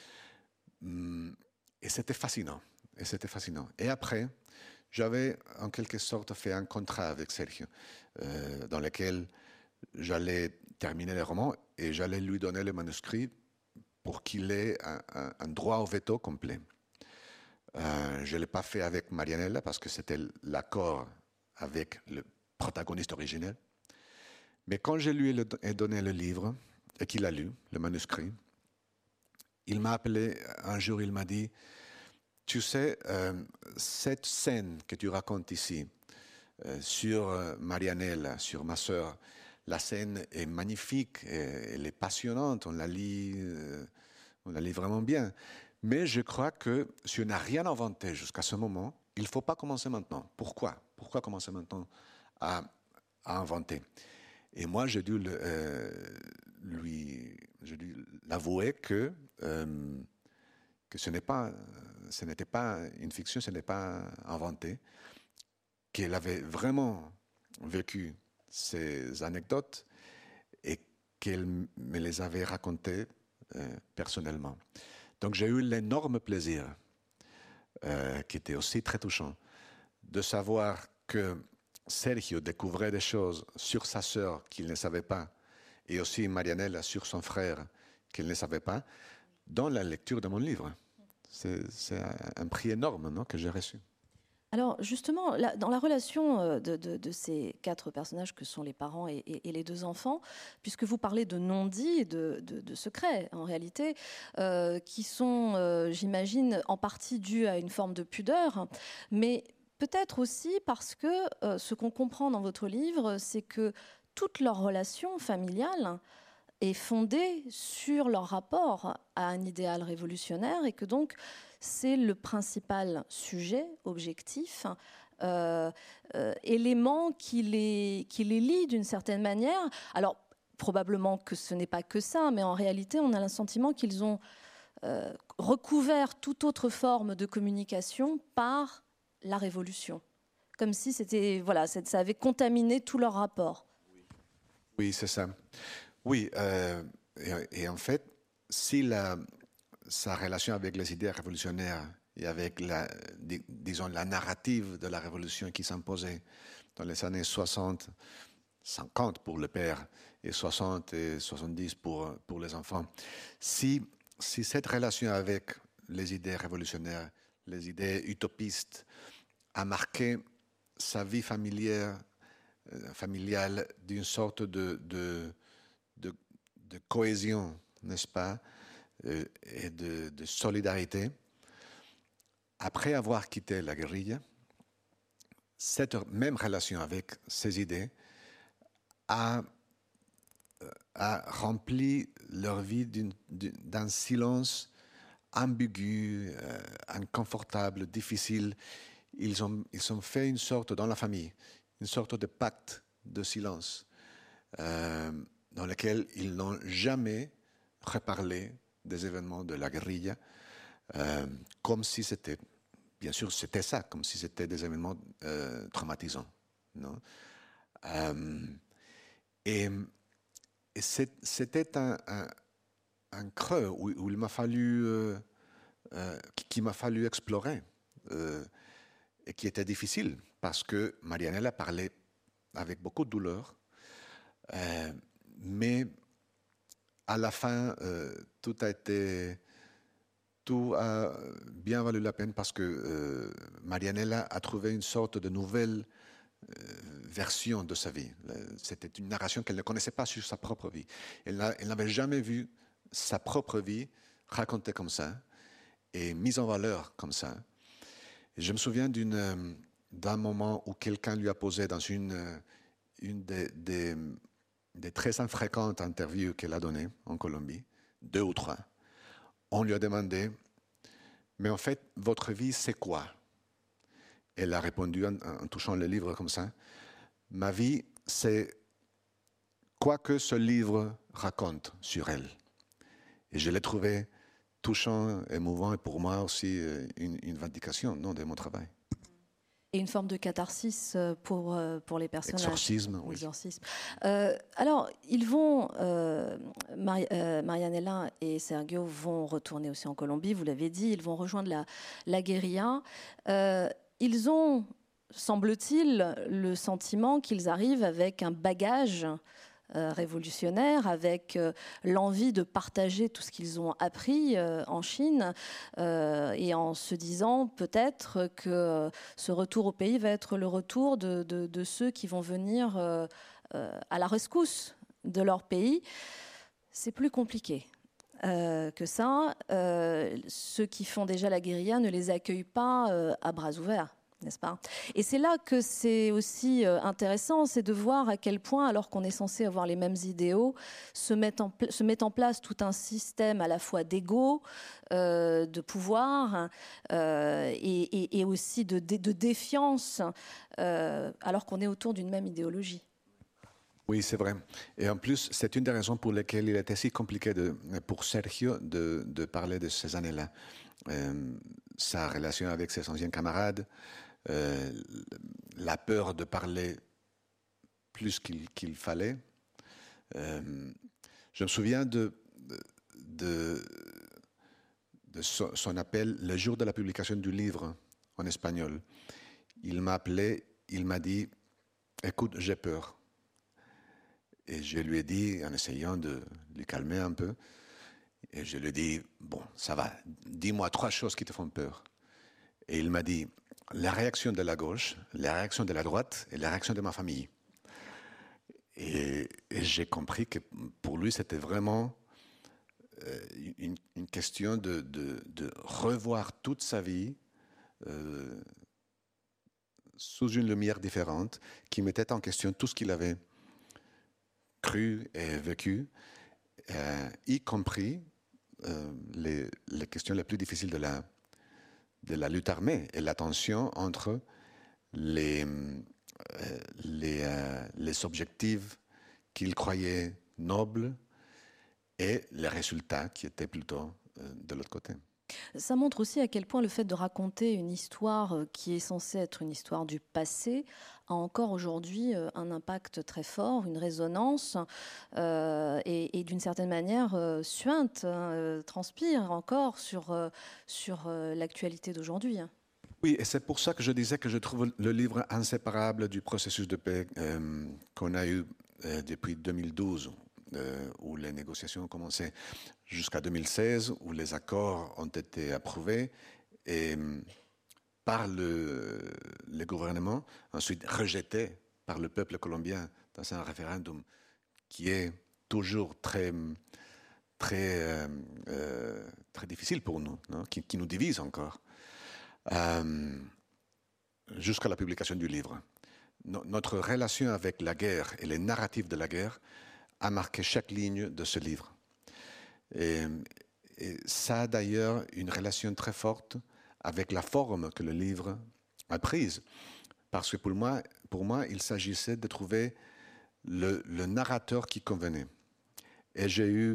Et c'était fascinant. Et c'était fascinant. Et après, j'avais en quelque sorte fait un contrat avec Sergio, euh, dans lequel j'allais terminer le roman et j'allais lui donner le manuscrit pour qu'il ait un, un, un droit au veto complet. Euh, je ne l'ai pas fait avec Marianella parce que c'était l'accord avec le protagoniste originel. Mais quand je lui ai donné le livre et qu'il a lu le manuscrit, il m'a appelé un jour, il m'a dit, tu sais, euh, cette scène que tu racontes ici euh, sur euh, Marianella, sur ma sœur, la scène est magnifique, elle est passionnante, on la lit, euh, on la lit vraiment bien. Mais je crois que si on n'a rien inventé jusqu'à ce moment, il ne faut pas commencer maintenant. Pourquoi? Pourquoi commencer maintenant à, à inventer? Et moi, j'ai dû le, euh, lui, j'ai dû l'avouer que, euh, que ce n'est pas, ce n'était pas une fiction, ce n'est pas inventé, qu'elle avait vraiment vécu ces anecdotes et qu'elle me les avait racontées euh, personnellement. Donc j'ai eu l'énorme plaisir, euh, qui était aussi très touchant, de savoir que Sergio découvrait des choses sur sa sœur qu'il ne savait pas, et aussi Marianella sur son frère qu'il ne savait pas, dans la lecture de mon livre. C'est, c'est un prix énorme, non, que j'ai reçu. Alors justement, là, dans la relation de, de, de ces quatre personnages que sont les parents et, et, et les deux enfants, puisque vous parlez de non-dits et de, de, de secrets en réalité, euh, qui sont, euh, j'imagine, en partie dus à une forme de pudeur, mais peut-être aussi parce que euh, ce qu'on comprend dans votre livre, c'est que toute leur relation familiale est fondée sur leur rapport à un idéal révolutionnaire et que donc c'est le principal sujet, objectif, euh, euh, élément qui les, qui les lie d'une certaine manière. Alors, probablement que ce n'est pas que ça, mais en réalité, on a le sentiment qu'ils ont euh, recouvert toute autre forme de communication par la révolution. Comme si c'était, voilà, ça avait contaminé tout leur rapport. Oui, c'est ça. Oui, euh, et, et en fait, si la... sa relation avec les idées révolutionnaires et avec, la, dis, disons, la narrative de la révolution qui s'imposait dans les années soixante, cinquante pour le père et soixante et soixante-dix pour, pour les enfants. Si, si cette relation avec les idées révolutionnaires, les idées utopistes, a marqué sa vie familière, euh, familiale d'une sorte de, de, de, de cohésion, n'est-ce pas, et de, de solidarité, après avoir quitté la guérilla, cette même relation avec ces idées a, a rempli leur vie d'une, d'un silence ambigu, euh, inconfortable, difficile. Ils ont, ils ont fait une sorte, dans la famille, une sorte de pacte de silence euh, dans lequel ils n'ont jamais reparlé des événements de la guérilla, euh, comme si c'était, bien sûr, c'était ça, comme si c'était des événements euh, traumatisants. Non euh, et, et c'était un, un, un creux où, où il m'a fallu, euh, euh, qui m'a fallu explorer, euh, et qui était difficile, parce que Marianella parlait avec beaucoup de douleur, euh, mais à la fin, euh, tout a été, tout a bien valu la peine parce que euh, Marianella a trouvé une sorte de nouvelle euh, version de sa vie. C'était une narration qu'elle ne connaissait pas sur sa propre vie. Elle n'avait jamais vu sa propre vie racontée comme ça et mise en valeur comme ça. Et je me souviens d'une, d'un moment où quelqu'un lui a posé dans une, une des, des des très infréquentes interviews qu'elle a données en Colombie, deux ou trois, on lui a demandé « Mais en fait, votre vie, c'est quoi ?» Elle a répondu en, en touchant le livre comme ça « Ma vie, c'est quoi que ce livre raconte sur elle. » Et je l'ai trouvé touchant, émouvant et pour moi aussi une, une vindication non, de mon travail. Et une forme de catharsis pour, pour les personnages. Exorcisme, oui. Exorcisme. Euh, alors, ils vont, euh, Mari euh, Marianella et Sergio vont retourner aussi en Colombie, vous l'avez dit, ils vont rejoindre la, la guérilla. Euh, ils ont, semble-t-il, le sentiment qu'ils arrivent avec un bagage Euh, révolutionnaire, avec euh, l'envie de partager tout ce qu'ils ont appris euh, en Chine euh, et en se disant peut-être que ce retour au pays va être le retour de, de, de ceux qui vont venir euh, euh, à la rescousse de leur pays. C'est plus compliqué. Euh, que ça, euh, ceux qui font déjà la guérilla ne les accueillent pas euh, à bras ouverts, n'est-ce pas? Et c'est là que c'est aussi euh, intéressant, c'est de voir à quel point, alors qu'on est censé avoir les mêmes idéaux, se met en, se met en place tout un système à la fois d'ego, euh, de pouvoir euh, et, et, et aussi de, de, de défiance, euh, alors qu'on est autour d'une même idéologie. Oui, c'est vrai. Et en plus, c'est une des raisons pour lesquelles il était si compliqué de, pour Sergio de, de parler de ces années-là. Euh, sa relation avec ses anciens camarades, euh, la peur de parler plus qu'il qu'il fallait. Euh, je me souviens de, de, de son, son appel le jour de la publication du livre en espagnol. Il m'a appelé, il m'a dit « Écoute, j'ai peur ». Et je lui ai dit, en essayant de lui calmer un peu, et je lui ai dit, bon, ça va, dis-moi trois choses qui te font peur. Et il m'a dit, la réaction de la gauche, la réaction de la droite et la réaction de ma famille. Et, et j'ai compris que pour lui, c'était vraiment euh, une, une question de, de, de revoir toute sa vie euh, sous une lumière différente, qui mettait en question tout ce qu'il avait cru et vécu, euh, y compris euh, les, les questions les plus difficiles de la, de la lutte armée et la tension entre les, euh, les, euh, les objectifs qu'il croyait nobles et les résultats qui étaient plutôt euh, de l'autre côté. Ça montre aussi à quel point le fait de raconter une histoire qui est censée être une histoire du passé a encore aujourd'hui un impact très fort, une résonance euh, et, et d'une certaine manière euh, suinte, hein, transpire encore sur, euh, sur euh, l'actualité d'aujourd'hui. Oui, et c'est pour ça que je disais que je trouve le livre inséparable du processus de paix euh, qu'on a eu euh, depuis deux mille douze. Euh, où les négociations ont commencé jusqu'à deux mille seize, où les accords ont été approuvés et, par le, le gouvernement, ensuite rejetés par le peuple colombien dans un référendum qui est toujours très, très, euh, euh, très difficile pour nous, non? qui, qui nous divise encore, euh, jusqu'à la publication du livre. No, notre relation avec la guerre et les narratifs de la guerre a marqué chaque ligne de ce livre. Et, et ça a d'ailleurs une relation très forte avec la forme que le livre a prise. Parce que pour moi, pour moi il s'agissait de trouver le, le narrateur qui convenait. Et j'ai eu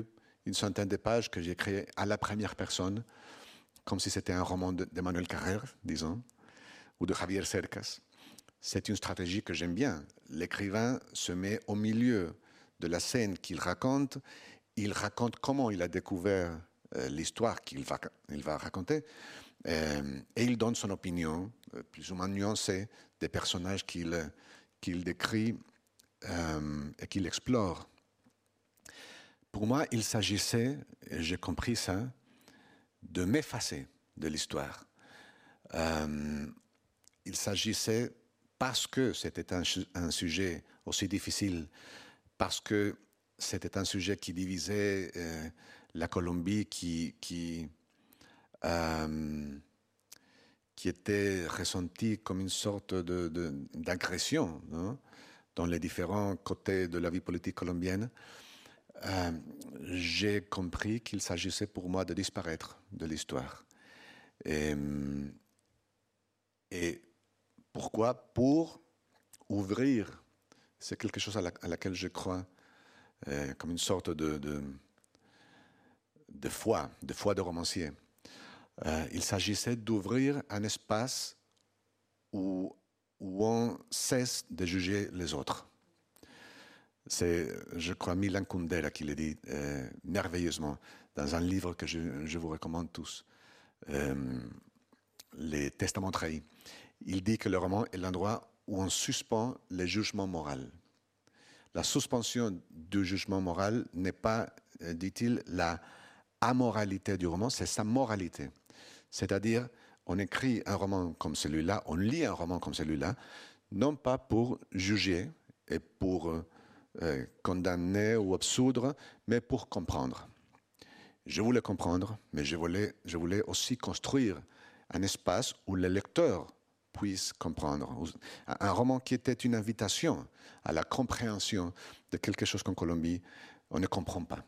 une centaine de pages que j'ai écrit à la première personne, comme si c'était un roman d'Emmanuel Carrère, disons, ou de Javier Cercas. C'est une stratégie que j'aime bien. L'écrivain se met au milieu de la scène qu'il raconte. Il raconte comment il a découvert euh, l'histoire qu'il va, il va raconter. Euh, et il donne son opinion, euh, plus ou moins nuancée, des personnages qu'il, qu'il décrit euh, et qu'il explore. Pour moi, il s'agissait, et j'ai compris ça, de m'effacer de l'histoire. Euh, il s'agissait, parce que c'était un, un sujet aussi difficile, parce que c'était un sujet qui divisait euh, la Colombie, qui, qui, euh, qui était ressenti comme une sorte de, de, d'agression, hein, dans les différents côtés de la vie politique colombienne. Euh, j'ai compris qu'il s'agissait pour moi de disparaître de l'histoire. Et, et pourquoi? Pour ouvrir, c'est quelque chose à, la, à laquelle je crois, euh, comme une sorte de, de, de foi, de foi de romancier. Euh, il s'agissait d'ouvrir un espace où, où on cesse de juger les autres. C'est, je crois, Milan Kundera qui le dit euh, merveilleusement dans un livre que je, je vous recommande tous, euh, Les Testaments trahis. Il dit que le roman est l'endroit où on suspend les jugements moraux. La suspension du jugement moral n'est pas, euh, dit-il, la amoralité du roman, c'est sa moralité. C'est-à-dire, on écrit un roman comme celui-là, on lit un roman comme celui-là, non pas pour juger et pour euh, condamner ou absoudre, mais pour comprendre. Je voulais comprendre, mais je voulais, je voulais aussi construire un espace où le lecteur puisse comprendre. Un roman qui était une invitation à la compréhension de quelque chose qu'en Colombie, on ne comprend pas.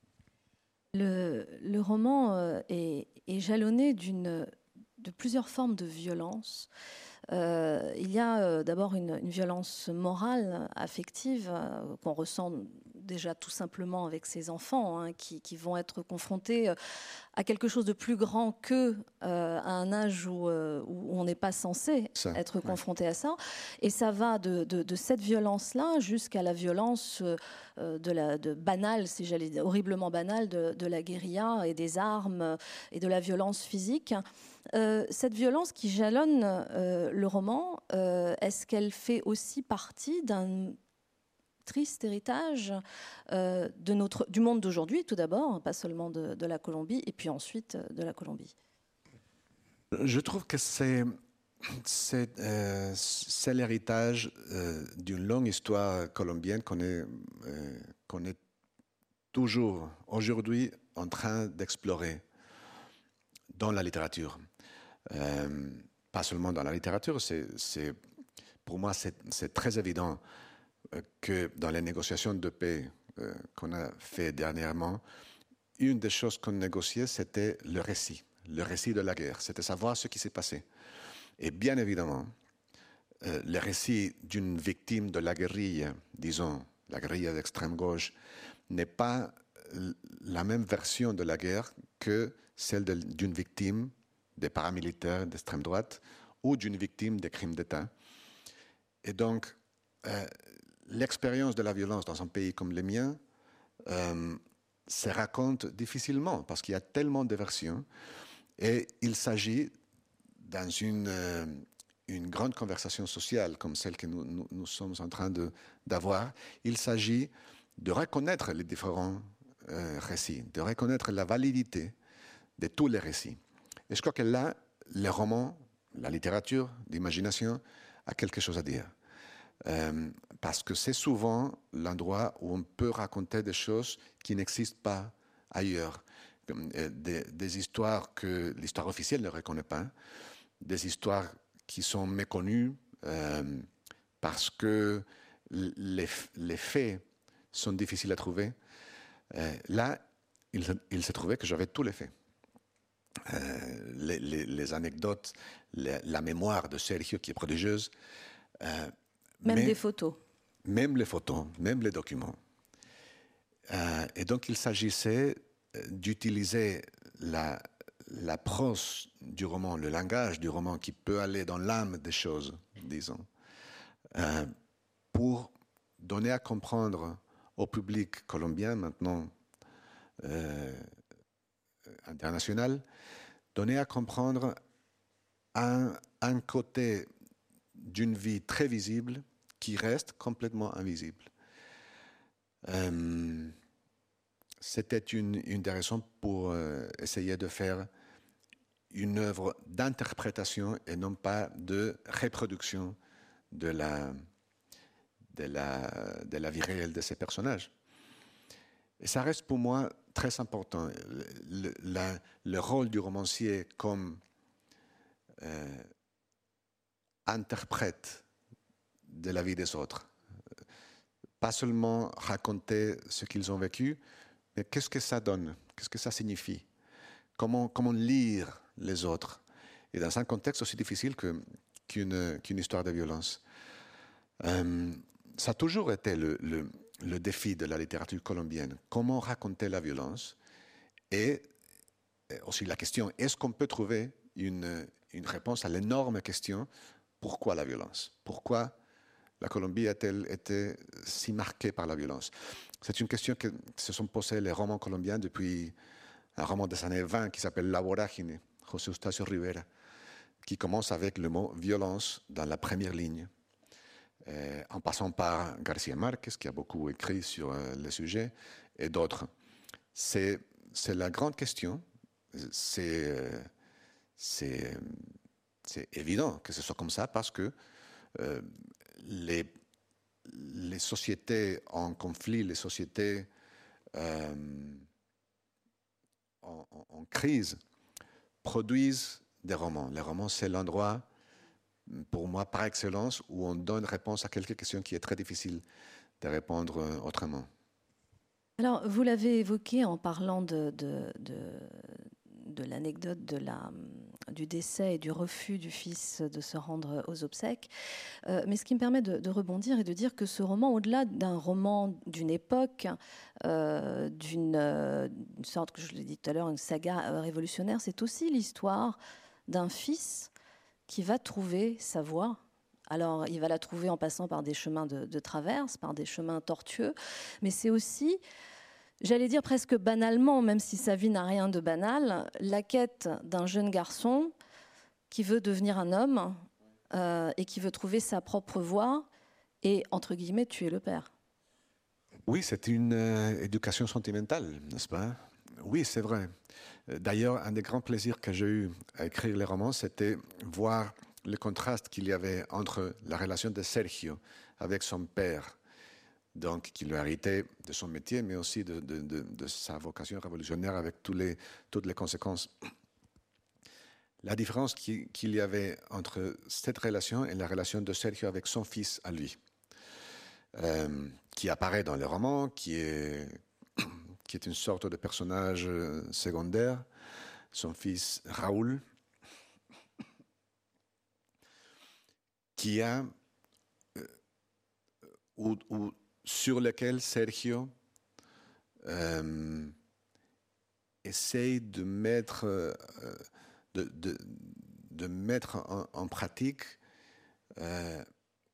Le, le roman euh, est, est jalonné d'une, de plusieurs formes de violence. Euh, il y a euh, d'abord une, une violence morale, affective, euh, qu'on ressent déjà tout simplement avec ces enfants, hein, qui, qui vont être confrontés euh, à quelque chose de plus grand qu'eux, euh, à un âge où, euh, où on n'est pas censé ça, être ouais. confronté à ça. Et ça va de, de, de cette violence-là jusqu'à la violence euh, de la, de banale, si j'allais dire, horriblement banale, de, de la guérilla et des armes et de la violence physique. Euh, cette violence qui jalonne euh, le roman, euh, est-ce qu'elle fait aussi partie d'un triste héritage euh, de notre, du monde d'aujourd'hui, tout d'abord, pas seulement de, de la Colombie, et puis ensuite de la Colombie? Je trouve que c'est, c'est, euh, c'est l'héritage euh, d'une longue histoire colombienne qu'on est, euh, qu'on est toujours aujourd'hui en train d'explorer dans la littérature. Euh, pas seulement dans la littérature, c'est, c'est, pour moi c'est, c'est très évident que dans les négociations de paix euh, qu'on a fait dernièrement, une des choses qu'on négociait, c'était le récit, le récit de la guerre, c'était savoir ce qui s'est passé. Et bien évidemment, euh, le récit d'une victime de la guérilla, disons, la guérilla d'extrême gauche, n'est pas la même version de la guerre que celle de, d'une victime des paramilitaires d'extrême droite ou d'une victime des crimes d'État. Et donc, euh, l'expérience de la violence dans un pays comme le mien euh, se raconte difficilement parce qu'il y a tellement de versions et il s'agit, dans une, euh, une grande conversation sociale comme celle que nous, nous, nous sommes en train de, d'avoir, il s'agit de reconnaître les différents euh, récits, de reconnaître la validité de tous les récits. Et je crois que là, les romans, la littérature d'imagination a quelque chose à dire. Euh, parce que c'est souvent l'endroit où on peut raconter des choses qui n'existent pas ailleurs. Des, des histoires que l'histoire officielle ne reconnaît pas, des histoires qui sont méconnues euh, parce que les, les faits sont difficiles à trouver. Euh, là, il, il s'est trouvé que j'avais tous les faits. Euh, les, les, les anecdotes, les, la mémoire de Sergio qui est prodigieuse. Euh, même mais, des photos. Même les photos, même les documents. Euh, et donc, il s'agissait d'utiliser la, la prose du roman, le langage du roman qui peut aller dans l'âme des choses, disons, euh, pour donner à comprendre au public colombien, maintenant euh, international, donner à comprendre un, un côté d'une vie très visible qui reste complètement invisible. Euh, c'était une, une des raisons pour euh, essayer de faire une œuvre d'interprétation et non pas de reproduction de la, de la, de la vie réelle de ces personnages. Et ça reste pour moi très important. Le, la, le rôle du romancier comme euh, interprète de la vie des autres. Pas seulement raconter ce qu'ils ont vécu, mais qu'est-ce que ça donne? Qu'est-ce que ça signifie? Comment, comment lire les autres? Et dans un contexte aussi difficile que, qu'une, qu'une histoire de violence. Euh, ça a toujours été le, le, le défi de la littérature colombienne. Comment raconter la violence? Et aussi la question, est-ce qu'on peut trouver une, une réponse à l'énorme question, pourquoi la violence? Pourquoi la Colombie a-t-elle été si marquée par la violence? C'est une question que se sont posées les romans colombiens depuis un roman des années vingt qui s'appelle La Voragine, José Eustacio Rivera, qui commence avec le mot violence dans la première ligne, euh, en passant par García Márquez, qui a beaucoup écrit sur euh, le sujet, et d'autres. C'est, c'est la grande question. C'est, euh, c'est, c'est évident que ce soit comme ça parce que euh, les, les sociétés en conflit, les sociétés euh, en, en, en crise produisent des romans. Les romans, c'est l'endroit, pour moi, par excellence, où on donne réponse à quelques questions qui est très difficile de répondre autrement. Alors, vous l'avez évoqué en parlant de, de, de, de l'anecdote de la, du décès et du refus du fils de se rendre aux obsèques. Euh, mais ce qui me permet de, de rebondir et de dire que ce roman, au-delà d'un roman d'une époque, euh, d'une euh, une sorte, que je l'ai dit tout à l'heure, une saga euh, révolutionnaire, c'est aussi l'histoire d'un fils qui va trouver sa voie. Alors, il va la trouver en passant par des chemins de, de traverse, par des chemins tortueux, mais c'est aussi, j'allais dire presque banalement, même si sa vie n'a rien de banal, la quête d'un jeune garçon qui veut devenir un homme euh, et qui veut trouver sa propre voie et, entre guillemets, tuer le père. Oui, c'est une euh, éducation sentimentale, n'est-ce pas? Oui, c'est vrai. D'ailleurs, un des grands plaisirs que j'ai eu à écrire les romans, c'était voir le contraste qu'il y avait entre la relation de Sergio avec son père, donc qui lui a hérité de son métier, mais aussi de, de, de, de sa vocation révolutionnaire avec tous les, toutes les conséquences. La différence qu'il y avait entre cette relation et la relation de Sergio avec son fils à lui, euh, qui apparaît dans les romans, qui est, qui est une sorte de personnage secondaire, son fils Raoul, qui a, euh, ou, ou sur lequel Sergio euh, essaye de mettre, euh, de, de, de mettre en, en pratique euh,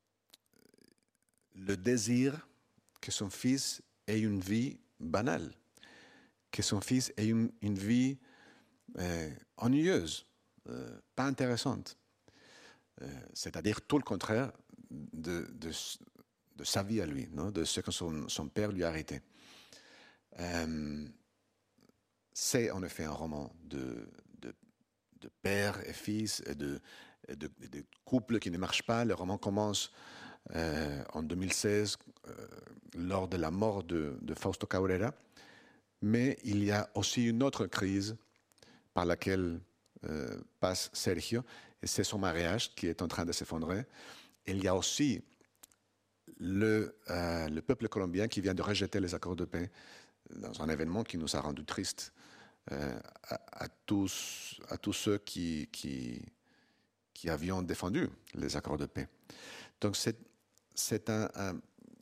le désir que son fils ait une vie banale, que son fils ait une, une vie euh, ennuyeuse, euh, pas intéressante. Euh, c'est-à-dire tout le contraire de, de, de sa vie à lui, non? De ce que son, son père lui a hérité. Euh, c'est en effet un roman de, de, de père et fils, et de, et de, de couple qui ne marche pas. Le roman commence euh, en deux mille seize, euh, lors de la mort de, de Fausto Cabrera, mais il y a aussi une autre crise par laquelle euh, passe Sergio, et c'est son mariage qui est en train de s'effondrer. Et il y a aussi le, euh, le peuple colombien qui vient de rejeter les accords de paix dans un événement qui nous a rendu tristes euh, à, à, tous, à tous ceux qui, qui, qui avions défendu les accords de paix. Donc c'est, c'est un, un,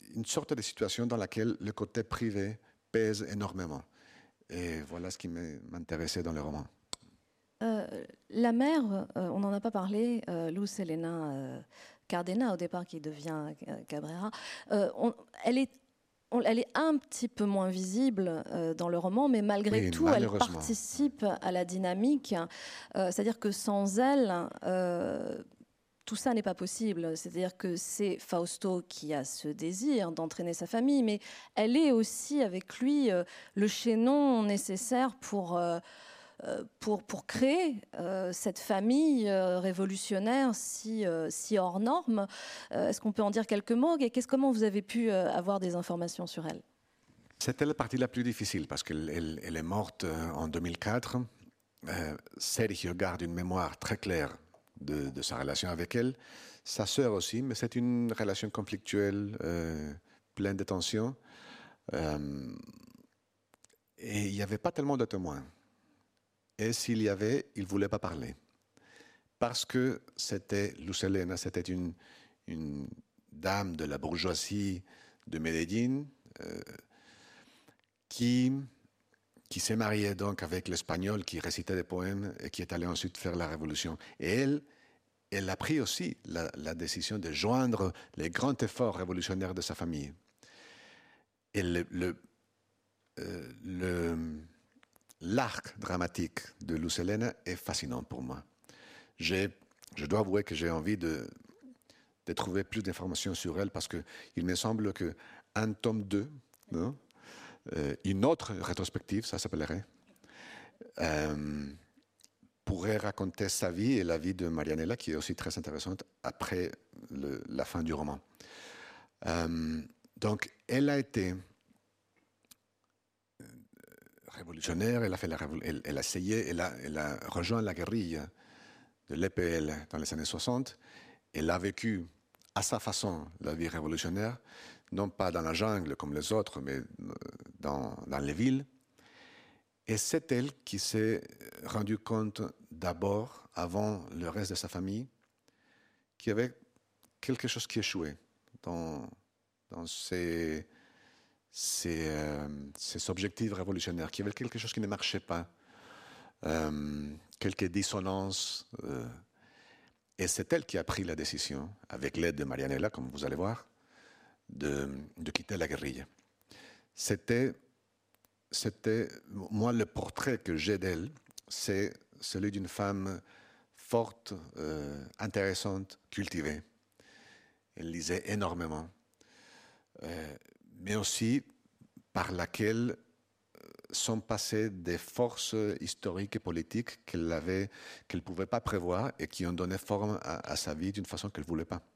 une sorte de situation dans laquelle le côté privé pèse énormément. Et voilà ce qui m'intéressait dans le roman. Euh, la mère, euh, on n'en a pas parlé, euh, Luz Helena euh, Cardena, au départ, qui devient euh, Cabrera, euh, on, elle est On, elle est un petit peu moins visible euh, dans le roman, mais malgré oui, tout, elle participe à la dynamique. Euh, c'est-à-dire que sans elle, euh, tout ça n'est pas possible. C'est-à-dire que c'est Fausto qui a ce désir d'entraîner sa famille, mais elle est aussi avec lui euh, le chaînon nécessaire pour... Euh, Pour, pour créer euh, cette famille euh, révolutionnaire si, euh, si hors norme. Euh, est-ce qu'on peut en dire quelques mots? Et qu'est-ce, comment vous avez pu euh, avoir des informations sur elle? C'était la partie la plus difficile parce qu'elle elle, elle est morte euh, en deux mille quatre. Euh, Sergio garde une mémoire très claire de, de sa relation avec elle. Sa sœur aussi, mais c'est une relation conflictuelle, euh, pleine de tensions. Euh, et il n'y avait pas tellement de témoins. Et s'il y avait, il ne voulait pas parler. Parce que c'était Luz Helena, c'était une, une dame de la bourgeoisie de Medellín euh, qui, qui s'est mariée donc avec l'Espagnol qui récitait des poèmes et qui est allé ensuite faire la révolution. Et elle, elle a pris aussi la, la décision de joindre les grands efforts révolutionnaires de sa famille. Et le... le, euh, le L'arc dramatique de Luz Helena est fascinant pour moi. J'ai, je dois avouer que j'ai envie de, de trouver plus d'informations sur elle parce qu'il me semble qu'un tome deux, non, euh, une autre rétrospective, ça s'appellerait, euh, pourrait raconter sa vie et la vie de Marianella, qui est aussi très intéressante après le, la fin du roman. Euh, donc, elle a été révolutionnaire, elle a, fait la, elle, elle a essayé, elle a, elle a rejoint la guérilla de l'E P L dans les années soixante. Elle a vécu à sa façon la vie révolutionnaire, non pas dans la jungle comme les autres, mais dans, dans les villes. Et c'est elle qui s'est rendue compte d'abord, avant le reste de sa famille, qu'il y avait quelque chose qui échouait dans, dans ses... Ces, euh, ces objectifs révolutionnaires, qu'il y avait quelque chose qui ne marchait pas, euh, quelques dissonances. Euh, et c'est elle qui a pris la décision, avec l'aide de Marianella, comme vous allez voir, de, de quitter la guérilla. C'était, c'était, moi, le portrait que j'ai d'elle, c'est celui d'une femme forte, euh, intéressante, cultivée. Elle lisait énormément. Euh, mais aussi par laquelle sont passées des forces historiques et politiques qu'elle avait, qu'elle ne pouvait pas prévoir et qui ont donné forme à, à sa vie d'une façon qu'elle ne voulait pas.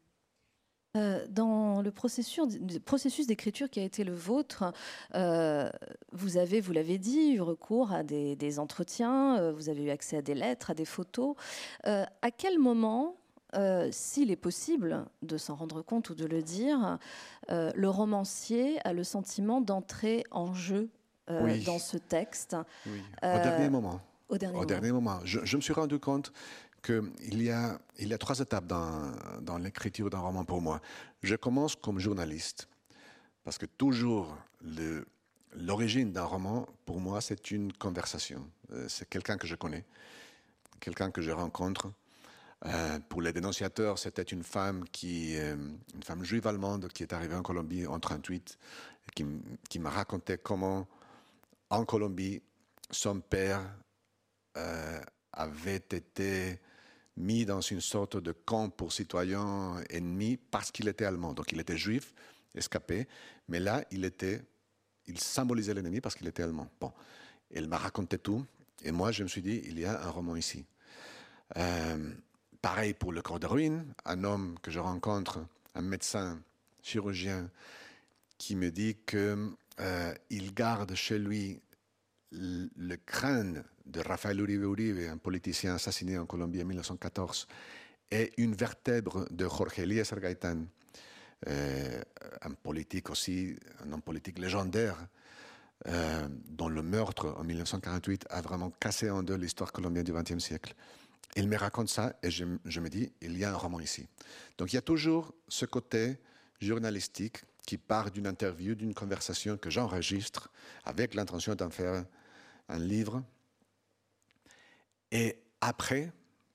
Euh, dans le processus, processus d'écriture qui a été le vôtre, euh, vous avez, vous l'avez dit, eu recours à des, des entretiens, euh, vous avez eu accès à des lettres, à des photos. Euh, à quel moment... Euh, s'il est possible de s'en rendre compte ou de le dire, euh, le romancier a le sentiment d'entrer en jeu euh, oui. dans ce texte. Oui. Euh, au dernier moment. Au dernier au moment. Dernier moment. Je, je me suis rendu compte qu'il y a, il y a trois étapes dans, dans l'écriture d'un roman pour moi. Je commence comme journaliste, parce que toujours le, l'origine d'un roman, pour moi, c'est une conversation. Euh, c'est quelqu'un que je connais, quelqu'un que je rencontre. Euh, pour les dénonciateurs, c'était une femme qui, euh, une femme juive allemande qui est arrivée en Colombie en trente-huit, et qui, qui m'a raconté comment, en Colombie, son père euh, avait été mis dans une sorte de camp pour citoyens ennemis parce qu'il était allemand. Donc il était juif, escapé, mais là, il était, il symbolisait l'ennemi parce qu'il était allemand. Bon, elle m'a raconté tout, et moi, je me suis dit, il y a un roman ici. Euh, Pareil pour Le corps de ruine, un homme que je rencontre, un médecin chirurgien, qui me dit qu'il euh, garde chez lui le, le crâne de Rafael Uribe Uribe, un politicien assassiné en Colombie en mille neuf cent quatorze, et une vertèbre de Jorge Eliezer Gaitán, euh, un politique aussi, un homme politique légendaire, euh, dont le meurtre en mille neuf cent quarante-huit a vraiment cassé en deux l'histoire colombienne du vingtième siècle. Il me raconte ça et je, je me dis, il y a un roman ici. Donc il y a toujours ce côté journalistique qui part d'une interview, d'une conversation que j'enregistre avec l'intention d'en faire un livre. Et après,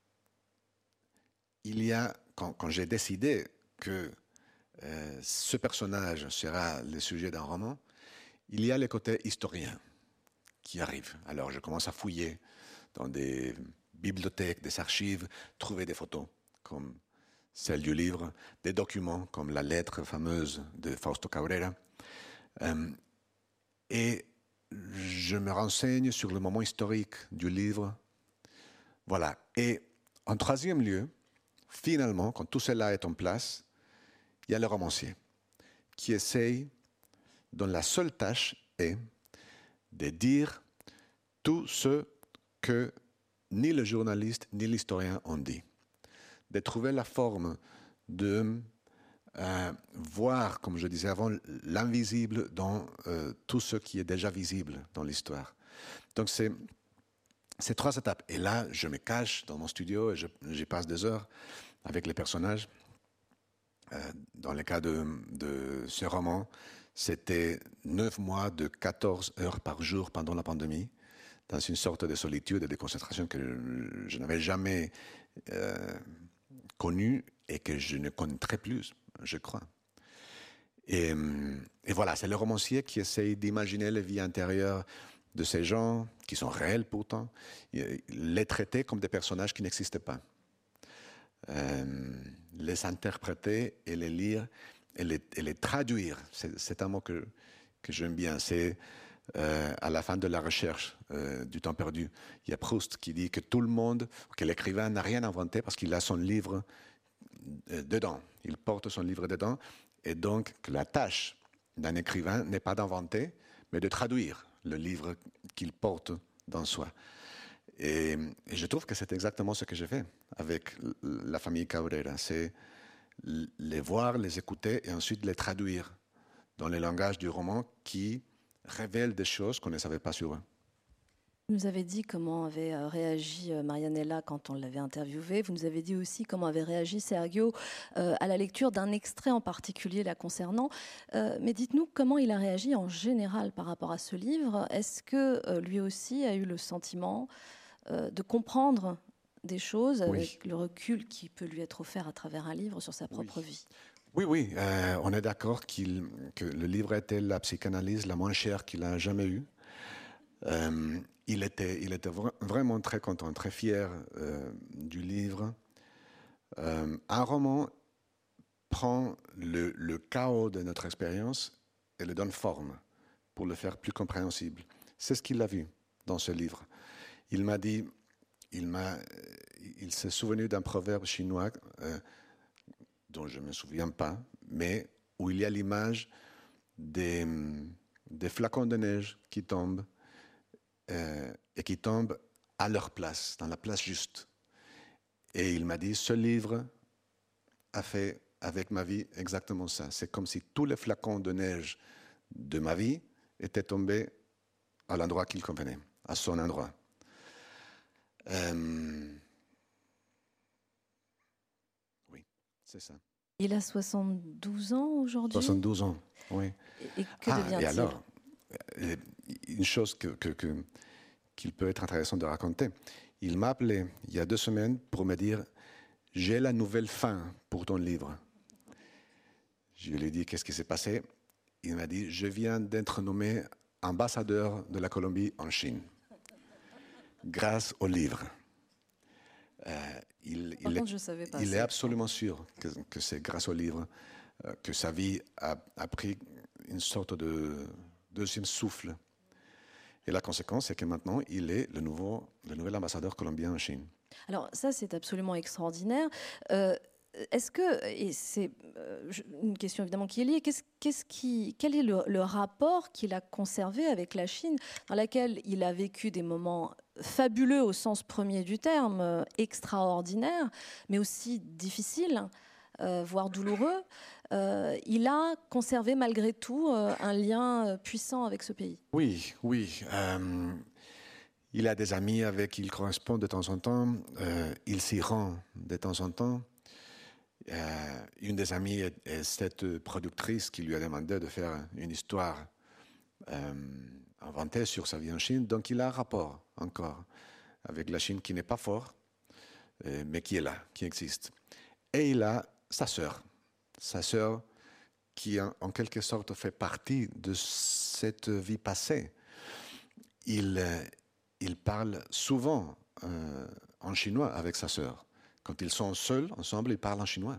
il y a, quand, quand j'ai décidé que euh, ce personnage sera le sujet d'un roman, il y a le côté historien qui arrive. Alors je commence à fouiller dans des bibliothèques, des archives, trouver des photos comme celle du livre, des documents comme la lettre fameuse de Fausto Cabrera. Euh, et je me renseigne sur le moment historique du livre. Voilà. Et en troisième lieu, finalement, quand tout cela est en place, il y a le romancier qui essaye, dont la seule tâche est de dire tout ce que ni le journaliste ni l'historien ont dit. De trouver la forme de euh, voir, comme je disais avant, l'invisible dans euh, tout ce qui est déjà visible dans l'histoire. Donc c'est, c'est trois étapes. Et là, je me cache dans mon studio et je, j'y passe des heures avec les personnages. Euh, dans le cas de, de ce roman, c'était neuf mois de quatorze heures par jour pendant la pandémie, dans une sorte de solitude et de concentration que je, je n'avais jamais euh, connue et que je ne connaîtrai plus, je crois. Et, et voilà, c'est le romancier qui essaye d'imaginer la vie intérieure de ces gens, qui sont réels pourtant, les traiter comme des personnages qui n'existaient pas. Euh, les interpréter et les lire et les, et les traduire. C'est, c'est un mot que, que j'aime bien. C'est euh, à la fin de la recherche euh, du temps perdu. Il y a Proust qui dit que tout le monde, que l'écrivain n'a rien inventé parce qu'il a son livre euh, dedans. Il porte son livre dedans. Et donc, que la tâche d'un écrivain n'est pas d'inventer, mais de traduire le livre qu'il porte dans soi. Et, et je trouve que c'est exactement ce que j'ai fait avec la famille Cabrera. C'est les voir, les écouter et ensuite les traduire dans le langage du roman qui révèle des choses qu'on ne savait pas sur eux. Vous nous avez dit comment avait réagi Marianella quand on l'avait interviewée. Vous nous avez dit aussi comment avait réagi Sergio euh, à la lecture d'un extrait en particulier la concernant. Euh, mais dites-nous comment il a réagi en général par rapport à ce livre. Est-ce que euh, lui aussi a eu le sentiment euh, de comprendre des choses avec oui. le recul qui peut lui être offert à travers un livre sur sa propre oui. vie? Oui, oui, euh, on est d'accord qu'il, que le livre était la psychanalyse la moins chère qu'il a jamais eue. Euh, il était, il était vra- vraiment très content, très fier euh, du livre. Euh, un roman prend le, le chaos de notre expérience et le donne forme pour le faire plus compréhensible. C'est ce qu'il a vu dans ce livre. Il m'a dit, il, m'a, il s'est souvenu d'un proverbe chinois euh, dont je ne me souviens pas, mais où il y a l'image des, des flacons de neige qui tombent Euh, et qui tombent à leur place, dans la place juste. Et il m'a dit, ce livre a fait avec ma vie exactement ça. C'est comme si tous les flacons de neige de ma vie étaient tombés à l'endroit qu'il convenait, à son endroit. Euh... Oui, c'est ça. Il a soixante-douze ans aujourd'hui. soixante-douze ans, oui. Et, et que ah, devient-il? Et alors, une chose que, que, que, qu'il peut être intéressant de raconter. Il m'a appelé il y a deux semaines pour me dire « J'ai la nouvelle fin pour ton livre ». Je lui ai dit « Qu'est-ce qui s'est passé ?» Il m'a dit « Je viens d'être nommé ambassadeur de la Colombie en Chine, grâce au livre. Euh, » Il, il, contre, je savais pas, il c'est est absolument sûr que, que c'est grâce au livre euh, que sa vie a, a pris une sorte de deuxième souffle. Et la conséquence, c'est que maintenant, il est le, nouveau, le nouvel ambassadeur colombien en Chine. Alors ça, c'est absolument extraordinaire. Euh, est-ce que, et c'est euh, une question évidemment qui est liée, qu'est-ce, qu'est-ce qui, quel est le, le rapport qu'il a conservé avec la Chine, dans laquelle il a vécu des moments fabuleux au sens premier du terme, euh, extraordinaires, mais aussi difficiles, euh, voire douloureux. Euh, il a conservé malgré tout euh, un lien puissant avec ce pays. Oui, oui. Euh, il a des amis avec qui il correspond de temps en temps. Euh, il s'y rend de temps en temps. Euh, une des amies est, est cette productrice qui lui a demandé de faire une histoire euh, inventée sur sa vie en Chine. Donc il a un rapport encore avec la Chine qui n'est pas fort, euh, mais qui est là, qui existe. Et il a sa sœur, sa sœur qui en, en quelque sorte fait partie de cette vie passée. Il, euh, il parle souvent euh, en chinois avec sa sœur. Quand ils sont seuls, ensemble, ils parlent en chinois.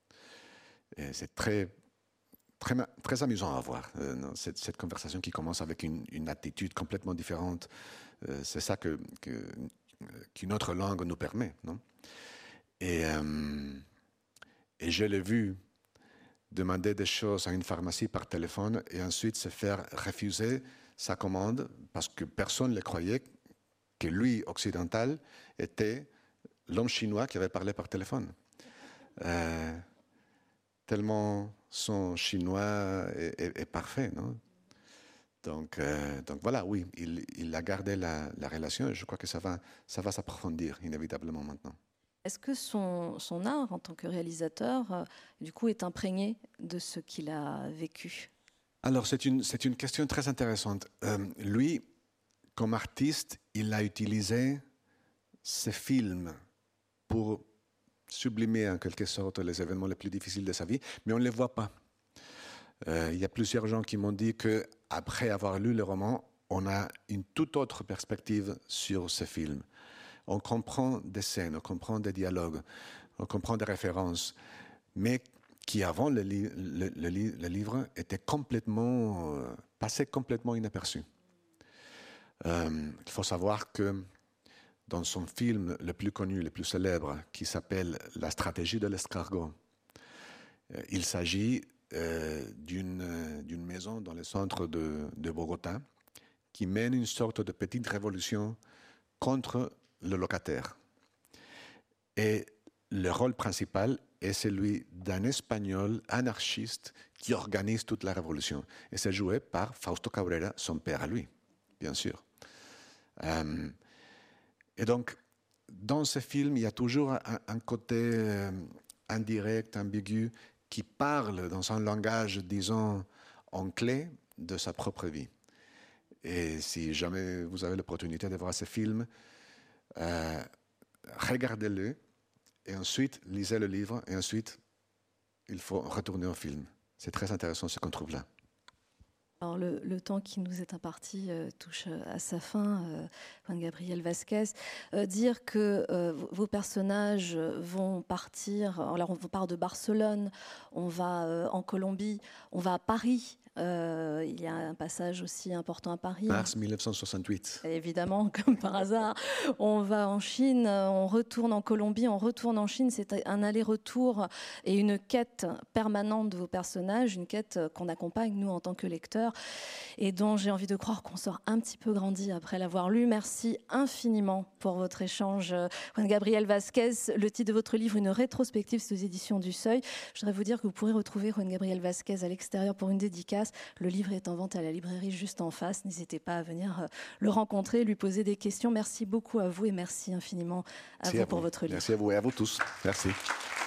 Et c'est très, très, très amusant à voir, euh, cette, cette conversation qui commence avec une, une attitude complètement différente. Euh, c'est ça que, que, qu'une autre langue nous permet, non? Et, euh, et je l'ai vu demander des choses à une pharmacie par téléphone et ensuite se faire refuser sa commande parce que personne ne croyait que lui, occidental, était l'homme chinois qui avait parlé par téléphone. Euh, tellement son chinois est, est, est parfait, non? Donc, euh, donc voilà, oui, il, il a gardé la, la relation et je crois que ça va, ça va s'approfondir inévitablement maintenant. Est-ce que son, son art en tant que réalisateur, euh, du coup, est imprégné de ce qu'il a vécu? Alors, c'est une, c'est une question très intéressante. Euh, lui, comme artiste, il a utilisé ses films pour sublimer en quelque sorte les événements les plus difficiles de sa vie, mais on ne les voit pas. Euh, il y a plusieurs gens qui m'ont dit qu'après avoir lu le roman, on a une toute autre perspective sur ce film. On comprend des scènes, on comprend des dialogues, on comprend des références, mais qui avant le, li le, le, le livre était complètement, euh, passé complètement inaperçu. Euh, il faut savoir que dans son film le plus connu, le plus célèbre, qui s'appelle La stratégie de l'escargot, euh, il s'agit euh, d'une euh, d'une maison dans le centre de, de Bogota qui mène une sorte de petite révolution contre le locataire. Et le rôle principal est celui d'un Espagnol anarchiste qui organise toute la révolution. Et c'est joué par Fausto Cabrera, son père à lui, bien sûr. Euh, et donc, dans ce film, il y a toujours un, un côté euh, indirect, ambigu, qui parle dans un langage, disons, en clé de sa propre vie. Et si jamais vous avez l'opportunité de voir ce film, euh, regardez-le, et ensuite lisez le livre, et ensuite il faut retourner au film. C'est très intéressant ce qu'on trouve là. Alors le, le temps qui nous est imparti euh, touche à sa fin, euh, Juan Gabriel Vázquez. Euh, dire que euh, vos personnages vont partir, alors on part de Barcelone, on va euh, en Colombie, on va à Paris. Euh, il y a un passage aussi important à Paris. Mars mille neuf cent soixante-huit. Évidemment, comme par hasard. On va en Chine, on retourne en Colombie, on retourne en Chine. C'est un aller-retour et une quête permanente de vos personnages, une quête qu'on accompagne, nous, en tant que lecteurs, et dont j'ai envie de croire qu'on sort un petit peu grandi après l'avoir lu. Merci infiniment pour votre échange. Juan Gabriel Vázquez, le titre de votre livre, une rétrospective, c'est aux éditions du Seuil. Je voudrais vous dire que vous pourrez retrouver Juan Gabriel Vázquez à l'extérieur pour une dédicace. Le livre est en vente à la librairie juste en face. N'hésitez pas à venir le rencontrer, lui poser des questions. Merci beaucoup à vous et merci infiniment à merci vous à pour vous. votre livre. Merci à vous et à vous tous. Merci.